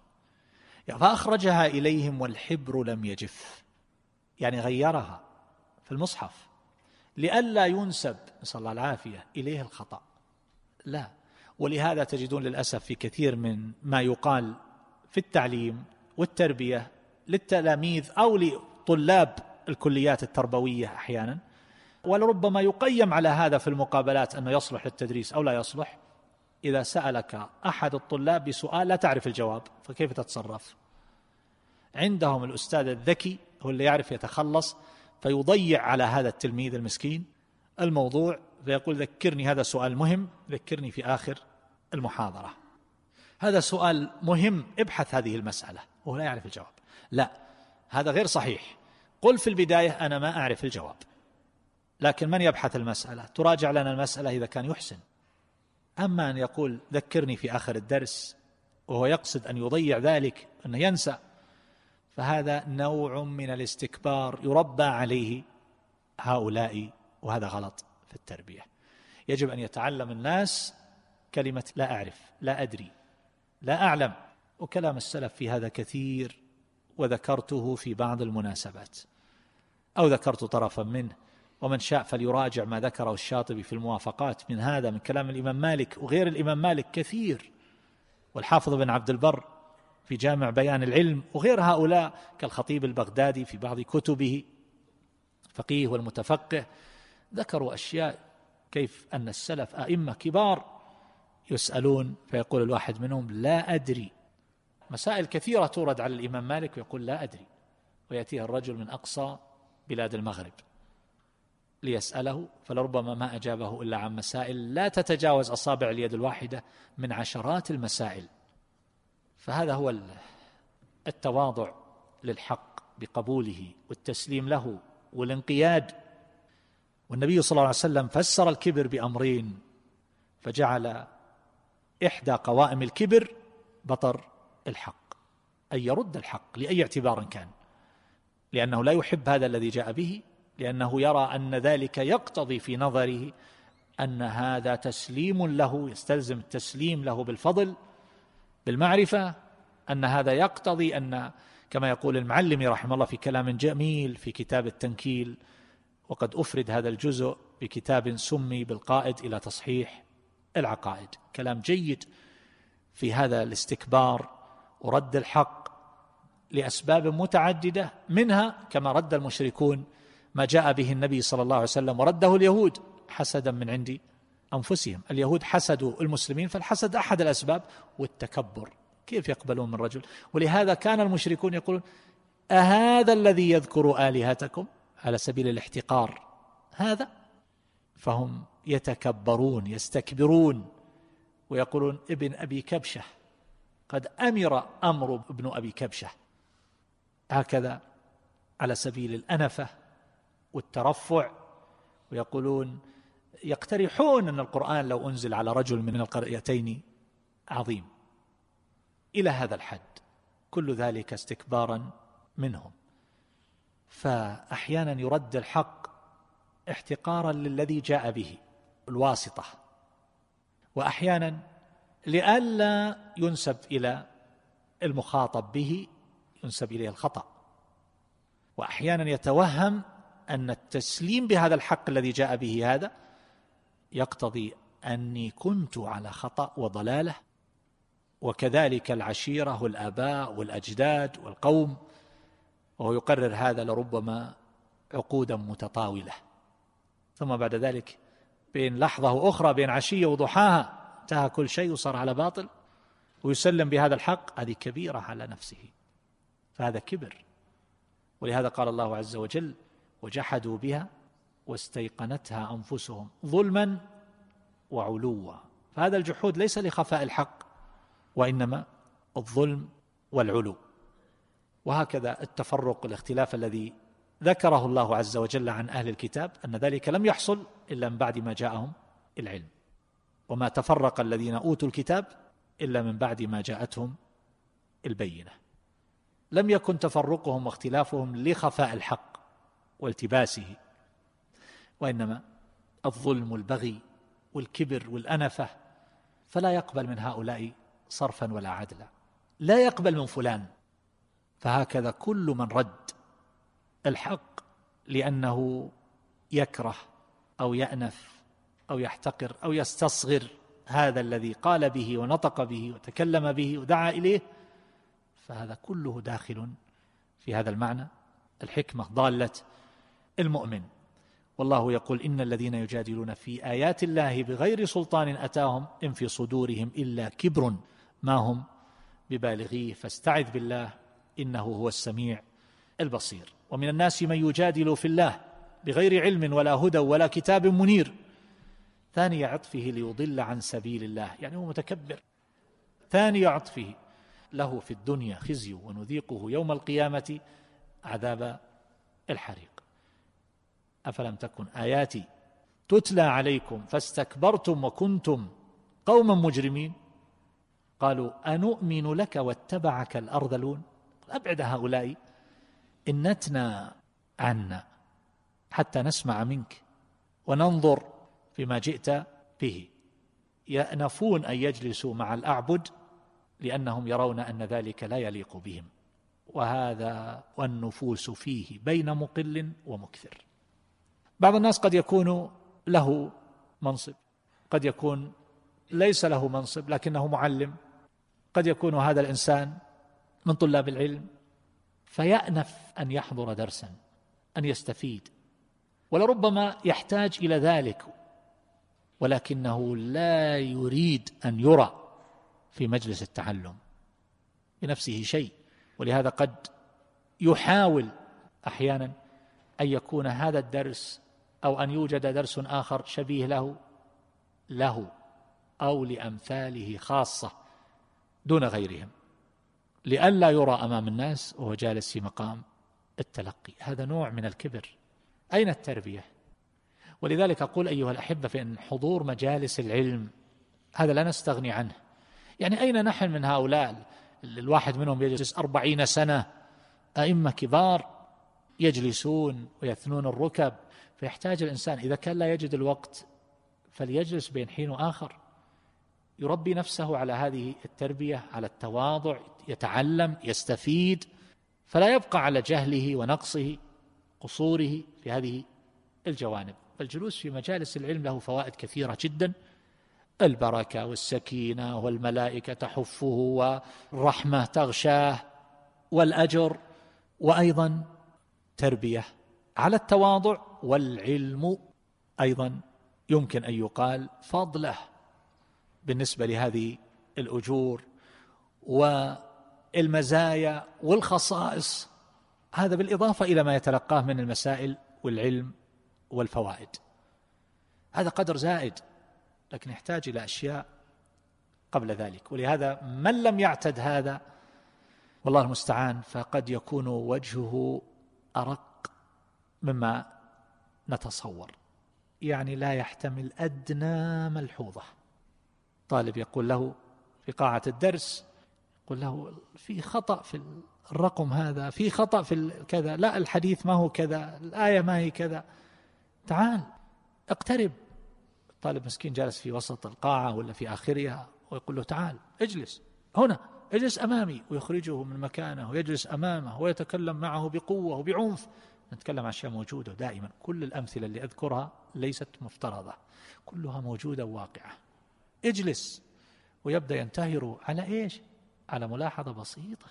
فأخرجها إليهم والحبر لم يجف، يعني غيرها في المصحف لئلا ينسب نسأل الله العافية إليه الخطأ. لا. ولهذا تجدون للأسف في كثير من ما يقال في التعليم والتربية للتلاميذ أو لطلاب الكليات التربوية أحيانا، ولربما يقيم على هذا في المقابلات أنه يصلح للتدريس أو لا يصلح. إذا سألك أحد الطلاب بسؤال لا تعرف الجواب فكيف تتصرف؟ عندهم الأستاذ الذكي هو اللي يعرف يتخلص، فيضيع على هذا التلميذ المسكين الموضوع، فيقول ذكرني، هذا سؤال مهم، ذكرني في آخر المحاضرة، هذا سؤال مهم، ابحث هذه المسألة، وهو لا يعرف الجواب. لا، هذا غير صحيح. قل في البداية أنا ما أعرف الجواب، لكن من يبحث المسألة؟ تراجع لنا المسألة إذا كان يحسن. أما أن يقول ذكرني في آخر الدرس وهو يقصد أن يضيع ذلك، أنه ينسى، فهذا نوع من الاستكبار يربى عليه هؤلاء، وهذا غلط في في التربية. يجب أن يتعلم الناس كلمة لا أعرف، لا أدري، لا أعلم. وكلام السلف في هذا كثير، وذكرته في بعض المناسبات أو ذكرت طرفا منه، ومن شاء فليراجع ما ذكره الشاطبي في الموافقات من هذا، من كلام الإمام مالك وغير الإمام مالك كثير، والحافظ بن عبد البر في جامع بيان العلم، وغير هؤلاء كالخطيب البغدادي في بعض كتبه فقيه والمتفقه، ذكروا أشياء كيف أن السلف أئمة كبار يسألون فيقول الواحد منهم لا أدري. مسائل كثيرة تورد على الإمام مالك ويقول لا أدري، ويأتيها الرجل من أقصى بلاد المغرب ليسأله، فلربما ما أجابه إلا عن مسائل لا تتجاوز أصابع اليد الواحدة من عشرات المسائل. فهذا هو التواضع للحق بقبوله والتسليم له والانقياد. والنبي صلى الله عليه وسلم فسر الكبر بأمرين، فجعل إحدى قوائم الكبر بطر الحق، أن يرد الحق لأي اعتبار كان، لأنه لا يحب هذا الذي جاء به، لأنه يرى أن ذلك يقتضي في نظره أن هذا تسليم له، يستلزم التسليم له بالفضل بالمعرفة، أن هذا يقتضي أن، كما يقول المعلمي رحمه الله في كلام جميل في كتاب التنكيل، وقد أفرد هذا الجزء بكتاب سمي بالقائد إلى تصحيح العقائد، كلام جيد في هذا الاستكبار ورد الحق لأسباب متعددة، منها كما رد المشركون ما جاء به النبي صلى الله عليه وسلم، ورده اليهود حسدا من عند أنفسهم. اليهود حسدوا المسلمين، فالحسد أحد الأسباب، والتكبر كيف يقبلون من رجل. ولهذا كان المشركون يقولون أهذا الذي يذكر آلهتكم، على سبيل الاحتقار هذا، فهم يتكبرون يستكبرون ويقولون ابن أبي كبشة، قد أمر أمر ابن أبي كبشة، هكذا على سبيل الأنفة والترفع. ويقولون يقترحون أن القرآن لو أنزل على رجل من القريتين عظيم، إلى هذا الحد، كل ذلك استكبارا منهم. فأحيانا يرد الحق احتقارا للذي جاء به الواسطة، وأحيانا لئلا ينسب إلى المخاطب به ينسب إليه الخطأ، وأحيانا يتوهم أن التسليم بهذا الحق الذي جاء به هذا يقتضي أني كنت على خطأ وضلالة، وكذلك العشيرة والآباء والأجداد والقوم، وهو يقرر هذا لربما عقودا متطاولة، ثم بعد ذلك بين لحظة أخرى، بين عشية وضحاها، انتهى كل شيء وصار على باطل، ويسلم بهذا الحق. هذه كبيرة على نفسه، فهذا كبر. ولهذا قال الله عز وجل وجحدوا بها واستيقنتها أنفسهم ظلما وعلوا. فهذا الجحود ليس لخفاء الحق، وإنما الظلم والعلو. وهكذا التفرق والاختلاف الذي ذكره الله عز وجل عن أهل الكتاب، أن ذلك لم يحصل إلا من بعد ما جاءهم العلم، وما تفرق الذين أوتوا الكتاب إلا من بعد ما جاءتهم البينة. لم يكن تفرقهم واختلافهم لخفاء الحق والتباسه، وإنما الظلم والبغي والكبر والأنفة، فلا يقبل من هؤلاء صرفا ولا عدلا، لا يقبل من فلان. فهكذا كل من رد الحق لأنه يكره أو يأنف أو يحتقر أو يستصغر هذا الذي قال به ونطق به وتكلم به ودعا إليه، فهذا كله داخل في هذا المعنى الحكمة ضالة المؤمن. والله يقول إن الذين يجادلون في آيات الله بغير سلطان أتاهم إن في صدورهم إلا كبر ما هم ببالغيه فاستعذ بالله إنه هو السميع البصير. ومن الناس من يجادل في الله بغير علم ولا هدى ولا كتاب منير. ثاني عطفه ليضل عن سبيل الله، يعني هو متكبر. ثاني عطفه له في الدنيا خزي ونذيقه يوم القيامة عذاب الحريق. أفلم تكن آياتي تتلى عليكم فاستكبرتم وكنتم قوما مجرمين قالوا أنؤمن لك واتبعك الأرذلون. أبعد هؤلاء إنتنا عنا حتى نسمع منك وننظر فيما جئت به، يأنفون أن يجلسوا مع الأعبد لأنهم يرون أن ذلك لا يليق بهم، وهذا والنفوس فيه بين مقل ومكثر. بعض الناس قد يكون له منصب، قد يكون ليس له منصب لكنه معلم، قد يكون هذا الإنسان من طلاب العلم، فيأنف أن يحضر درسا، أن يستفيد، ولربما يحتاج إلى ذلك، ولكنه لا يريد أن يرى في مجلس التعلم بنفسه شيء، ولهذا قد يحاول أحيانا أن يكون هذا الدرس أو أن يوجد درس آخر شبيه له له أو لأمثاله خاصة دون غيرهم، لئلا يرى أمام الناس وهو جالس في مقام التلقي. هذا نوع من الكبر. أين التربية؟ ولذلك أقول أيها الأحبة، فإن حضور مجالس العلم هذا لا نستغني عنه. يعني أين نحن من هؤلاء؟ الواحد منهم يجلس أربعين سنة، أئمة كبار يجلسون ويثنون الركب، فيحتاج الإنسان إذا كان لا يجد الوقت فليجلس بين حين وآخر، يربي نفسه على هذه التربية، على التواضع، يتعلم، يستفيد، فلا يبقى على جهله ونقصه قصوره في هذه الجوانب. فالجلوس في مجالس العلم له فوائد كثيرة جدا، البركة والسكينة والملائكة تحفه والرحمة تغشاه والأجر، وأيضا تربية على التواضع، والعلم أيضا يمكن أن يقال فضله بالنسبة لهذه الأجور والمزايا والخصائص، هذا بالإضافة إلى ما يتلقاه من المسائل والعلم والفوائد. هذا قدر زائد، لكن يحتاج إلى أشياء قبل ذلك. ولهذا من لم يعتد هذا والله المستعان فقد يكون وجهه أرق مما نتصور، يعني لا يحتمل أدنى ملحوظة. طالب يقول له في قاعة الدرس، يقول له في خطأ في الرقم هذا، في خطأ في كذا، لا الحديث ما هو كذا، الآية ما هي كذا، تعال اقترب. الطالب مسكين جالس في وسط القاعة ولا في آخرها، ويقول له تعال اجلس هنا، اجلس أمامي، ويخرجه من مكانه ويجلس أمامه ويتكلم معه بقوة وبعنف. نتكلم عن أشياء موجودة دائما، كل الأمثلة اللي أذكرها ليست مفترضة، كلها موجودة وواقعة. اجلس، ويبدأ ينتهر على إيش؟ على ملاحظة بسيطة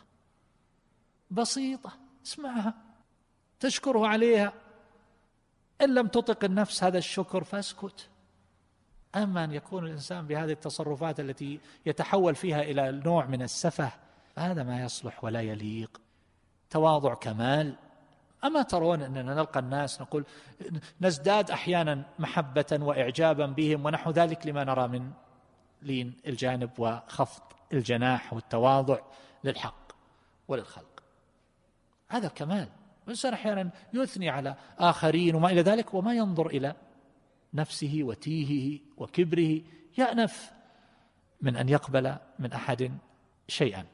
بسيطة، اسمعها تشكره عليها، إن لم تطق النفس هذا الشكر فاسكت. أما أن يكون الإنسان بهذه التصرفات التي يتحول فيها إلى نوع من السفه، هذا ما يصلح ولا يليق. تواضع كمال. أما ترون أننا نلقى الناس نقول نزداد أحيانا محبة وإعجابا بهم ونحو ذلك لما نرى من لين الجانب وخفض الجناح والتواضع للحق وللخلق، هذا كمال. الإنسان أحيانا يثني على آخرين وما إلى ذلك، وما ينظر إلى نفسه وتيهه وكبره، يأنف من أن يقبل من أحد شيئا.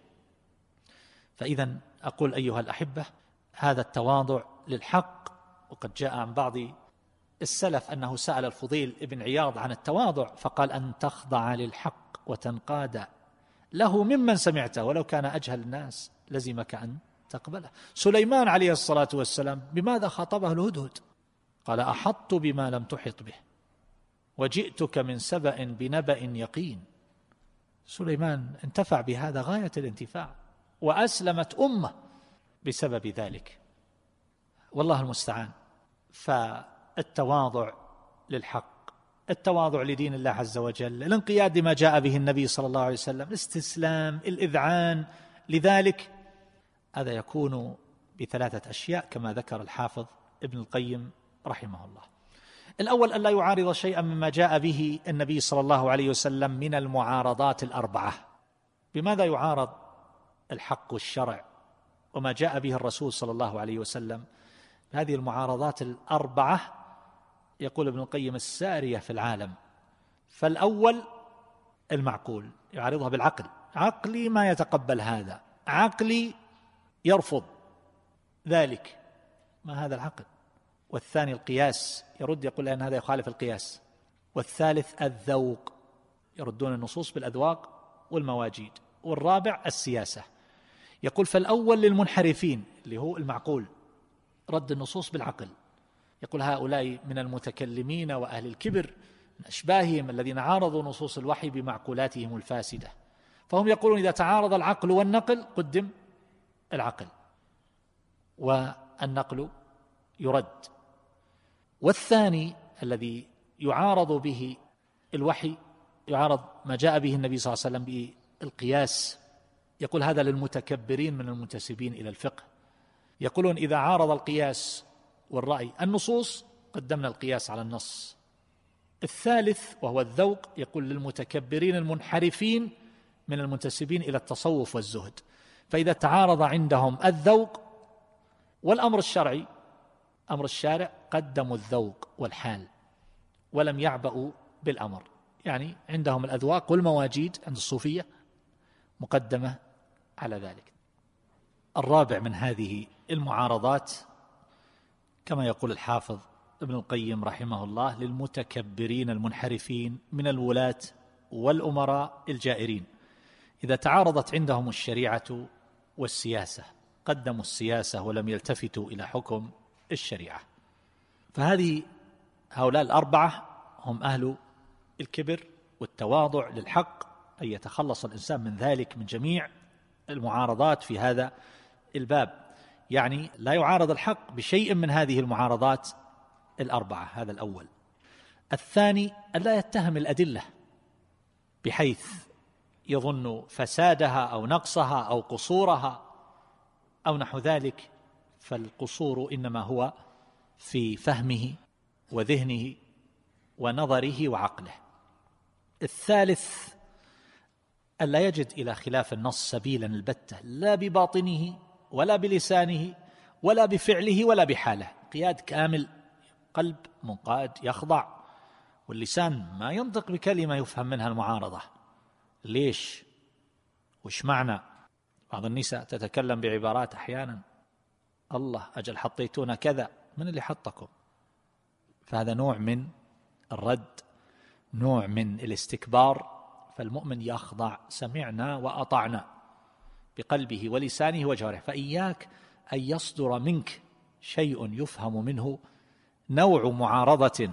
فإذا أقول أيها الأحبة، هذا التواضع للحق. وقد جاء عن بعض السلف أنه سأل الفضيل ابن عياض عن التواضع فقال أن تخضع للحق وتنقاد له ممن سمعته ولو كان أجهل الناس لزمك أن تقبله. سليمان عليه الصلاة والسلام بماذا خاطبه الهدهد؟ قال أحطت بما لم تحط به وجئتك من سبأ بنبأ يقين. سليمان انتفع بهذا غاية الانتفاع، وأسلمت أمة بسبب ذلك، والله المستعان. فالتواضع للحق، التواضع لدين الله عز وجل، الانقياد لما جاء به النبي صلى الله عليه وسلم، الاستسلام، الإذعان لذلك، هذا يكون بثلاثة أشياء كما ذكر الحافظ ابن القيم رحمه الله. الأول أن لا يعارض شيئا مما جاء به النبي صلى الله عليه وسلم من المعارضات الأربعة. بماذا يعارض الحق والشرع وما جاء به الرسول صلى الله عليه وسلم؟ هذه المعارضات الأربعة يقول ابن القيم السارية في العالم. فالأول المعقول، يعارضها بالعقل، عقلي ما يتقبل هذا، عقلي يرفض ذلك، ما هذا العقل. والثاني القياس، يرد يقول أن هذا يخالف القياس. والثالث الذوق، يردون النصوص بالأذواق والمواجيد. والرابع السياسة. يقول فالأول للمنحرفين اللي هو المعقول، رد النصوص بالعقل. يقول هؤلاء من المتكلمين وأهل الكبر من أشباههم الذين عارضوا نصوص الوحي بمعقولاتهم الفاسدة، فهم يقولون إذا تعارض العقل والنقل قدم العقل والنقل يرد. والثاني الذي يعارض به الوحي، يعارض ما جاء به النبي صلى الله عليه وسلم بالقياس، يقول هذا للمتكبرين من المنتسبين إلى الفقه. يقولون إذا عارض القياس والرأي النصوص قدمنا القياس على النص. الثالث وهو الذوق، يقول للمتكبرين المنحرفين من المنتسبين إلى التصوف والزهد، فإذا تعارض عندهم الذوق والأمر الشرعي أمر الشارع قدموا الذوق والحال ولم يعبأوا بالأمر. يعني عندهم الأذواق والمواجيد عند الصوفية مقدمة على ذلك. الرابع من هذه المعارضات كما يقول الحافظ ابن القيم رحمه الله للمتكبرين المنحرفين من الولاة والأمراء الجائرين، إذا تعارضت عندهم الشريعة والسياسة قدموا السياسة ولم يلتفتوا إلى حكم الشريعة. فهذه هؤلاء الأربعة هم أهل الكبر والتواضع للحق، أن يتخلص الإنسان من ذلك من جميع المعارضات في هذا الباب. يعني لا يعارض الحق بشيء من هذه المعارضات الأربعة. هذا الأول. الثاني ألا يتهم الأدلة بحيث يظن فسادها أو نقصها أو قصورها أو نحو ذلك، فالقصور إنما هو في فهمه وذهنه ونظره وعقله. الثالث ألا يجد إلى خلاف النص سبيلا البتة، لا بباطنه ولا بلسانه ولا بفعله ولا بحاله، قياد كامل، قلب منقاد يخضع، واللسان ما ينطق بكلمة يفهم منها المعارضة. ليش؟ وش معنى؟ بعض النساء تتكلم بعبارات أحيانا الله أجل حطيتونا كذا، من اللي حطكم؟ فهذا نوع من الرد، نوع من الاستكبار. فالمؤمن يخضع، سمعنا وأطعنا بقلبه ولسانه وجوارحه. فإياك أن يصدر منك شيء يفهم منه نوع معارضة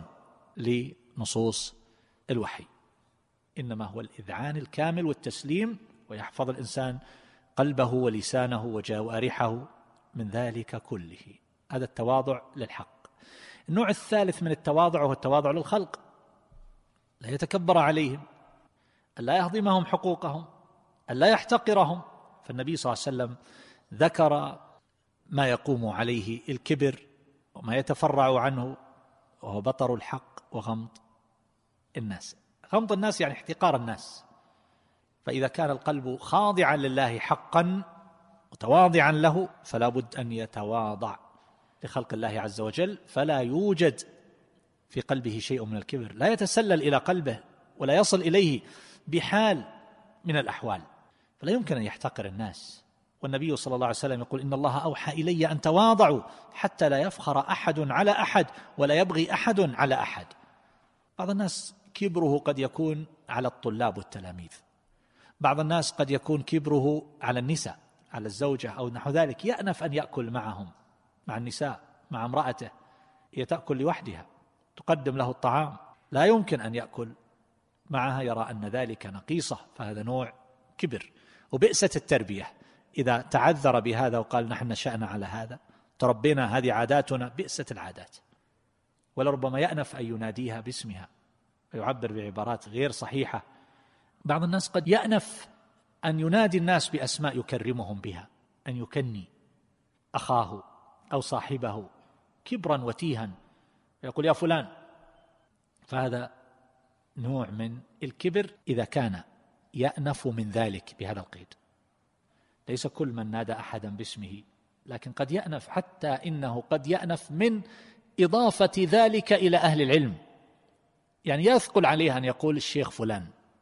لنصوص الوحي، إنما هو الإذعان الكامل والتسليم، ويحفظ الإنسان قلبه ولسانه وجوارحه من ذلك كله. هذا التواضع للحق. النوع الثالث من التواضع هو التواضع للخلق، لا يتكبر عليهم، لا يهضمهم حقوقهم، لا يحتقرهم. فالنبي صلى الله عليه وسلم ذكر ما يقوم عليه الكبر وما يتفرع عنه، وهو بطر الحق وغمط الناس. غمط الناس يعني احتقار الناس. فإذا كان القلب خاضعا لله حقا متواضعا له، فلا بد أن يتواضع لخلق الله عز وجل، فلا يوجد في قلبه شيء من الكبر، لا يتسلل إلى قلبه ولا يصل إليه بحال من الأحوال، فلا يمكن أن يحتقر الناس. والنبي صلى الله عليه وسلم يقول إن الله أوحى إلي أن تواضعوا حتى لا يفخر أحد على أحد ولا يبغي أحد على أحد. بعض الناس كبره قد يكون على الطلاب والتلاميذ، بعض الناس قد يكون كبره على النساء، على الزوجة أو نحو ذلك، يأنف أن يأكل معهم، مع النساء، مع امرأته، هي تأكل لوحدها تقدم له الطعام، لا يمكن أن يأكل معها، يرى أن ذلك نقيصة، فهذا نوع كبر. وبئست التربية إذا تعذر بهذا وقال نحن نشأنا على هذا، تربينا، هذه عاداتنا، بئست العادات. ولربما يأنف أن يناديها باسمها ويعبر بعبارات غير صحيحة. بعض الناس قد يأنف أن ينادي الناس بأسماء يكرمهم بها، أن يكني أخاه أو صاحبه كبرا وتيها، يقول يا فلان. فهذا نوع من الكبر إذا كان يأنف من ذلك بهذا القيد. ليس كل من نادى أحدا باسمه، لكن قد يأنف، حتى إنه قد يأنف من إضافة ذلك إلى أهل العلم، يعني يثقل عليه أن يقول الشيخ فلان،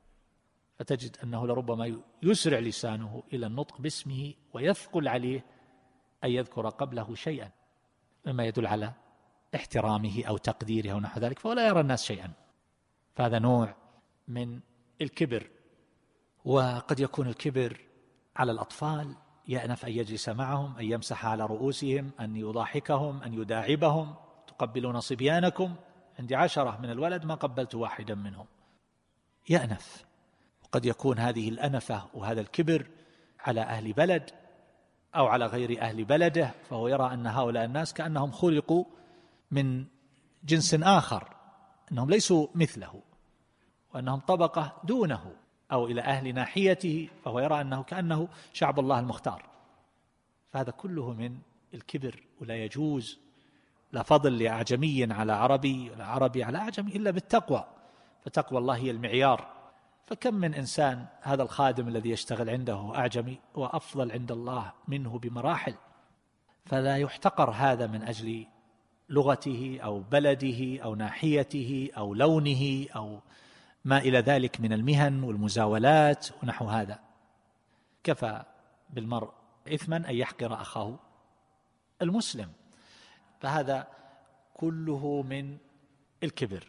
فتجد أنه لربما يسرع لسانه إلى النطق باسمه ويثقل عليه أن يذكر قبله شيئا مما يدل على احترامه أو تقديره أو نحو ذلك، فلا يرى الناس شيئا. فهذا نوع من الكبر. وقد يكون الكبر على الأطفال، يأنف أن يجلس معهم، أن يمسح على رؤوسهم، أن يضاحكهم، أن يداعبهم. تقبلون صبيانكم؟ عندي عشرة من الولد ما قبلت واحدا منهم، يأنف. وقد يكون هذه الأنفة وهذا الكبر على أهل بلد أو على غير أهل بلده، فهو يرى أن هؤلاء الناس كأنهم خلقوا من جنس آخر، أنهم ليسوا مثله، وأنهم طبقة دونه، أو إلى أهل ناحيته، فهو يرى أنه كأنه شعب الله المختار. فهذا كله من الكبر، ولا يجوز. لا فضل لأعجمي على عربي ولا عربي على أعجمي إلا بالتقوى، فتقوى الله هي المعيار. فكم من إنسان هذا الخادم الذي يشتغل عنده أعجمي وأفضل عند الله منه بمراحل، فلا يحتقر هذا من أجل لغته أو بلده أو ناحيته أو لونه أو ما إلى ذلك من المهن والمزاولات ونحو هذا. كفى بالمرء إثما أن يحقر أخاه المسلم. فهذا كله من الكبر.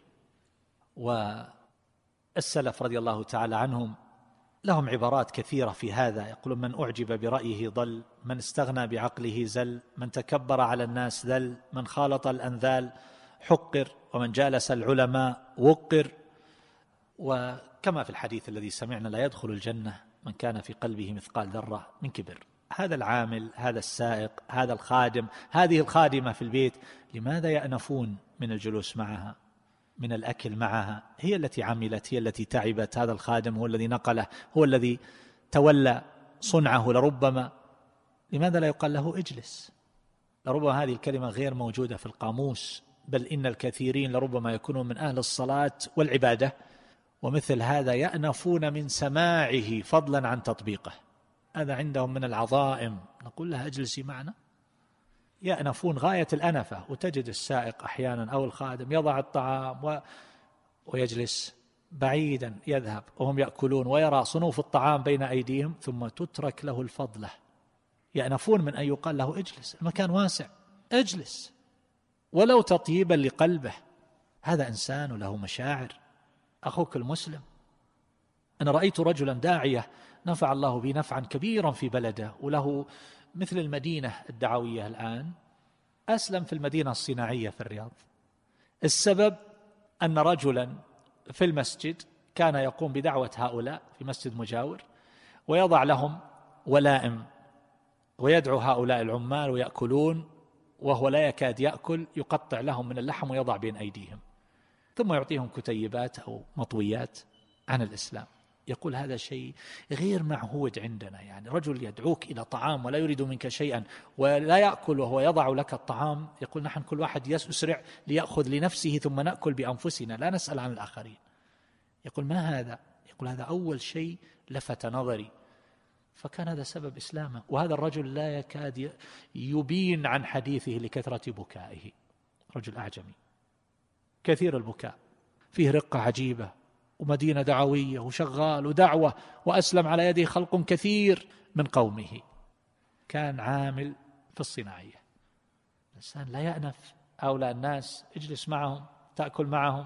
والسلف رضي الله تعالى عنهم لهم عبارات كثيرة في هذا، يقولون: من أعجب برأيه ضل، من استغنى بعقله زل، من تكبر على الناس ذل، من خالط الأنذال حقر، ومن جالس العلماء وقر. وكما في الحديث الذي سمعنا: لا يدخل الجنة من كان في قلبه مثقال ذرة من كبر. هذا العامل، هذا السائق، هذا الخادم، هذه الخادمة في البيت، لماذا يأنفون من الجلوس معها، من الأكل معها؟ هي التي عملت، هي التي تعبت. هذا الخادم هو الذي نقله، هو الذي تولى صنعه. لربما لماذا لا يقال له اجلس؟ لربما هذه الكلمة غير موجودة في القاموس، بل إن الكثيرين لربما يكونون من أهل الصلاة والعبادة، ومثل هذا يأنفون من سماعه فضلا عن تطبيقه. هذا عندهم من العظائم، نقول لها اجلسي معنا، يأنفون غاية الأنفة. وتجد السائق أحيانا أو الخادم يضع الطعام و... ويجلس بعيدا، يذهب وهم يأكلون ويرى صنوف الطعام بين أيديهم، ثم تترك له الفضلة. يأنفون من أن يقال له اجلس، المكان واسع، اجلس، ولو تطيبا لقلبه. هذا إنسان له مشاعر، أخوك المسلم. أنا رأيت رجلا داعية نفع الله به نفعا كبيرا في بلده، وله مثل المدينة الدعوية الآن، أسلم في المدينة الصناعية في الرياض. السبب أن رجلا في المسجد كان يقوم بدعوة هؤلاء في مسجد مجاور، ويضع لهم ولائم، ويدعو هؤلاء العمال ويأكلون، وهو لا يكاد يأكل، يقطع لهم من اللحم ويضع بين أيديهم، ثم يعطيهم كتيبات أو مطويات عن الإسلام. يقول: هذا شيء غير معهود عندنا، يعني رجل يدعوك إلى طعام ولا يريد منك شيئا، ولا يأكل وهو يضع لك الطعام. يقول: نحن كل واحد يسرع ليأخذ لنفسه ثم نأكل بأنفسنا، لا نسأل عن الآخرين. يقول: ما هذا؟ يقول: هذا أول شيء لفت نظري، فكان هذا سبب إسلامه. وهذا الرجل لا يكاد يبين عن حديثه لكثرة بكائه، رجل أعجمي كثير البكاء، فيه رقة عجيبة، ومدينة دعوية وشغال ودعوة، وأسلم على يده خلق كثير من قومه. كان عامل في الصناعية. الإنسان لا يأنف هؤلاء الناس، اجلس معهم، تأكل معهم.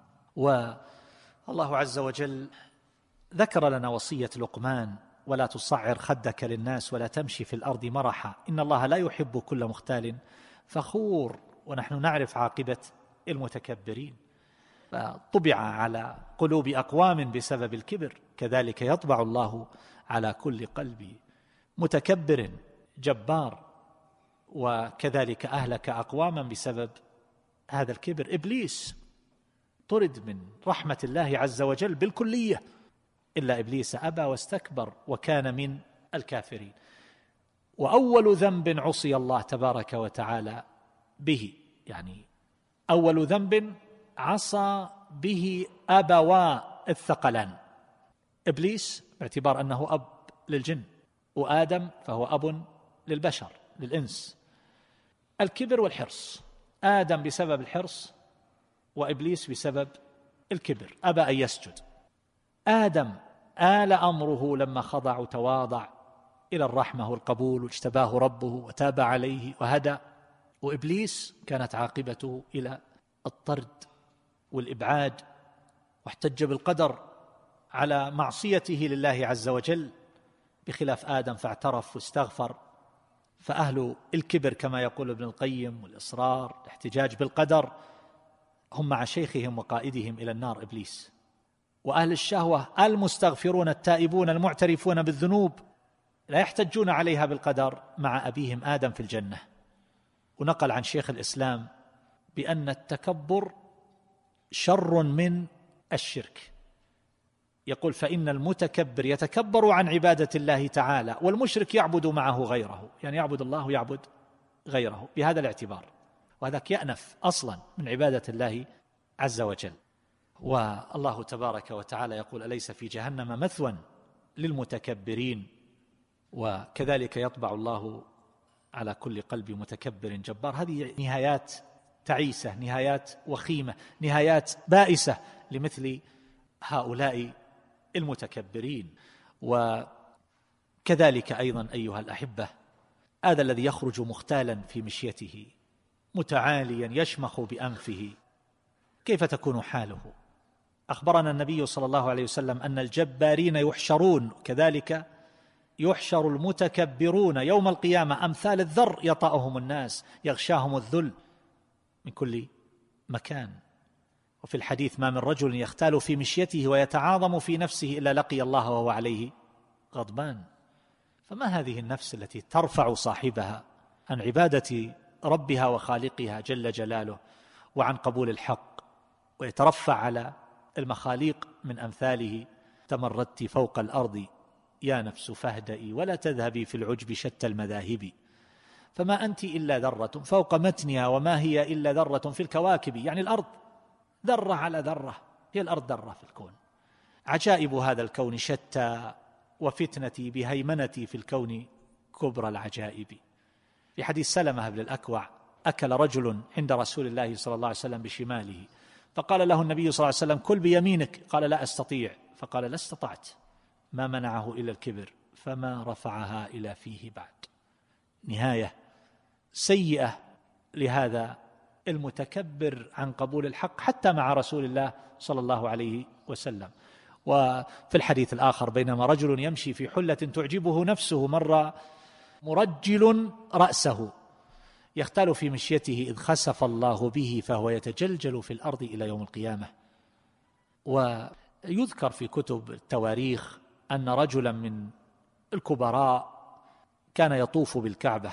والله عز وجل ذكر لنا وصية لقمان: ولا تصعر خدك للناس ولا تمشي في الأرض مرحا إن الله لا يحب كل مختال فخور. ونحن نعرف عاقبة المتكبرين، فطبع على قلوب أقوام بسبب الكبر، كذلك يطبع الله على كل قلب متكبر جبار. وكذلك أهلك أقواما بسبب هذا الكبر. إبليس طرد من رحمة الله عز وجل بالكلية، إلا إبليس أبى واستكبر وكان من الكافرين. وأول ذنب عصي الله تبارك وتعالى به، يعني أول ذنب عصى به أبوا الثقلان، إبليس باعتبار أنه أب للجن، وآدم فهو أب للبشر للإنس. الكبر والحرص، آدم بسبب الحرص، وإبليس بسبب الكبر أبى أن يسجد. آدم آل أمره لما خضع وتواضع إلى الرحمة والقبول، واجتباه ربه وتاب عليه وهدى. وإبليس كانت عاقبته إلى الطرد والإبعاد واحتج بالقدر على معصيته لله عز وجل، بخلاف آدم فاعترف واستغفر. فأهل الكبر كما يقول ابن القيم والإصرار الاحتجاج بالقدر هم مع شيخهم وقائدهم إلى النار إبليس. وأهل الشهوة المستغفرون التائبون المعترفون بالذنوب لا يحتجون عليها بالقدر مع أبيهم آدم في الجنة. ونقل عن شيخ الإسلام بأن التكبر شر من الشرك. يقول: فإن المتكبر يتكبر عن عبادة الله تعالى، والمشرك يعبد معه غيره، يعني يعبد الله ويعبد غيره بهذا الاعتبار، وهذاك يأنف أصلا من عبادة الله عز وجل. والله تبارك وتعالى يقول: أليس في جهنم مثوى للمتكبرين؟ وكذلك يطبع الله على كل قلب متكبر جبار. هذه نهايات تعيسة، نهايات وخيمة، نهايات بائسة لمثل هؤلاء المتكبرين. وكذلك أيضا أيها الأحبة، هذا الذي يخرج مختالا في مشيته متعاليا يشمخ بأنفه، كيف تكون حاله؟ أخبرنا النبي صلى الله عليه وسلم أن الجبارين يحشرون، كذلك يحشر المتكبرون يوم القيامة أمثال الذر يطأهم الناس، يغشاهم الذل من كل مكان. وفي الحديث: ما من رجل يختال في مشيته ويتعاظم في نفسه إلا لقي الله وهو عليه غضبان. فما هذه النفس التي ترفع صاحبها عن عبادة ربها وخالقها جل جلاله وعن قبول الحق، ويترفع على المخاليق من أمثاله؟ تمردت فوق الأرض يا نفس فاهدئي ولا تذهبي في العجب شتى المذاهب، فما أنت إلا ذرة فوق متنها وما هي إلا ذرة في الكواكب. يعني الأرض ذرة على ذرة، هي الأرض ذرة في الكون. عجائب هذا الكون شتى، وفتنتي بهيمنتي في الكون كبرى العجائب. في حديث سلمة بن الأكوع: أكل رجل عند رسول الله صلى الله عليه وسلم بشماله، فقال له النبي صلى الله عليه وسلم: كل بيمينك. قال: لا أستطيع. فقال: لا استطعت. ما منعه إلا الكبر، فما رفعها إلى فيه بعد. نهاية سيئة لهذا المتكبر عن قبول الحق حتى مع رسول الله صلى الله عليه وسلم. وفي الحديث الآخر: بينما رجل يمشي في حلة تعجبه نفسه مر مرجل رأسه يختال في مشيته إذ خسف الله به فهو يتجلجل في الأرض إلى يوم القيامة. ويذكر في كتب التواريخ أن رجلا من الكبراء كان يطوف بالكعبة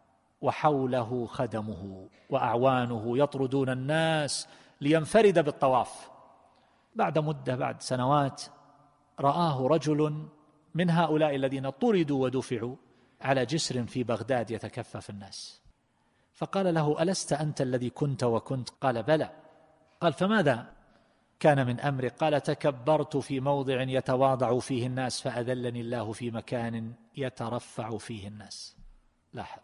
وحوله خدمه وأعوانه يطردون الناس لينفرد بالطواف. بعد مدة، بعد سنوات، رآه رجل من هؤلاء الذين طردوا ودفعوا على جسر في بغداد يتكفف الناس، فقال له: ألست أنت الذي كنت وكنت؟ قال: بلى. قال: فماذا كان من أمرك؟ قال: تكبرت في موضع يتواضع فيه الناس فأذلني الله في مكان يترفع فيه الناس. لاحظ.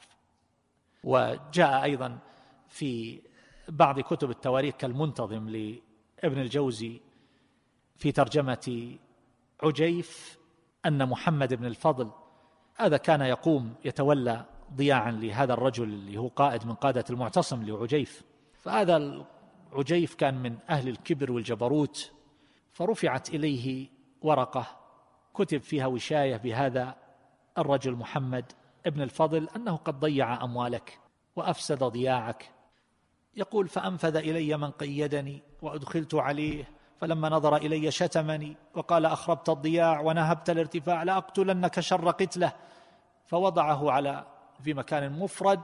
وجاء أيضا في بعض كتب التواريخ كالمنتظم لابن الجوزي في ترجمة عجيف أن محمد بن الفضل هذا كان يقوم يتولى ضياعا لهذا الرجل اللي هو قائد من قادة المعتصم لعجيف. فهذا عجيف كان من أهل الكبر والجبروت، فرفعت إليه ورقة كتب فيها وشاية بهذا الرجل محمد ابن الفضل أنه قد ضيع أموالك وأفسد ضياعك. يقول: فأنفذ إلي من قيدني وأدخلت عليه، فلما نظر إلي شتمني وقال: أخربت الضياع ونهبت الارتفاع لأقتلنك شر قتله. فوضعه على في مكان مفرد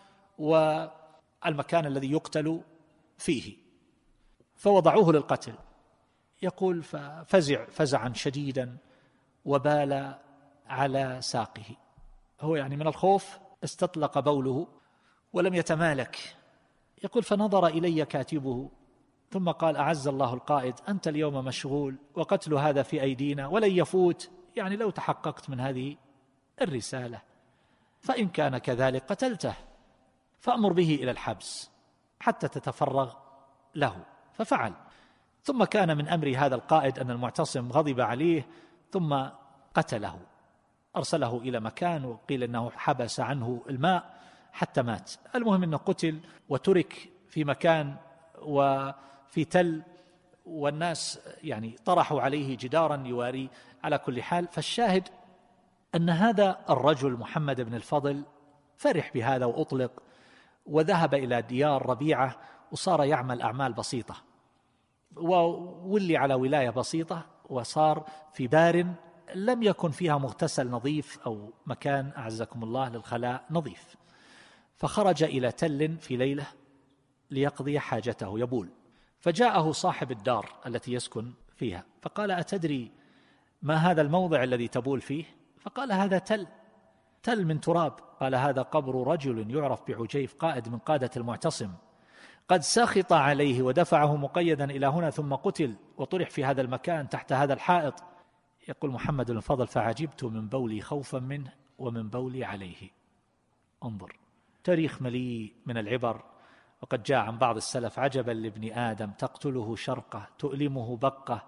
والمكان الذي يقتل فيه، فوضعوه للقتل. يقول: ففزع فزعا شديدا وبال على ساقه، هو يعني من الخوف استطلق بوله ولم يتمالك. يقول: فنظر إلي كاتبه ثم قال: أعز الله القائد، أنت اليوم مشغول وقتل هذا في أيدينا ولن يفوت، يعني لو تحققت من هذه الرسالة فإن كان كذلك قتلته فأمر به إلى الحبس حتى تتفرغ له. ففعل. ثم كان من أمر هذا القائد أن المعتصم غضب عليه ثم قتله، أرسله إلى مكان وقيل أنه حبس عنه الماء حتى مات. المهم أنه قتل وترك في مكان وفي تل والناس يعني طرحوا عليه جدارا يواري. على كل حال، فالشاهد أن هذا الرجل محمد بن الفضل فرح بهذا وأطلق، وذهب إلى ديار ربيعة وصار يعمل أعمال بسيطة، وولي على ولاية بسيطة، وصار في دار لم يكن فيها مغتسل نظيف أو مكان أعزكم الله للخلاء نظيف، فخرج إلى تل في ليلة ليقضي حاجته يبول، فجاءه صاحب الدار التي يسكن فيها فقال: أتدري ما هذا الموضع الذي تبول فيه؟ فقال: هذا تل تل من تراب. قال: هذا قبر رجل يعرف بعجيف، قائد من قادة المعتصم، قد سخط عليه ودفعه مقيدا إلى هنا ثم قتل وطرح في هذا المكان تحت هذا الحائط. يقول محمد بن الفضل: فعجبت من بولي خوفا منه ومن بولي عليه. انظر، تاريخ مليء من العبر. وقد جاء عن بعض السلف: عجبا لابن آدم، تقتله شرقة، تؤلمه بقة،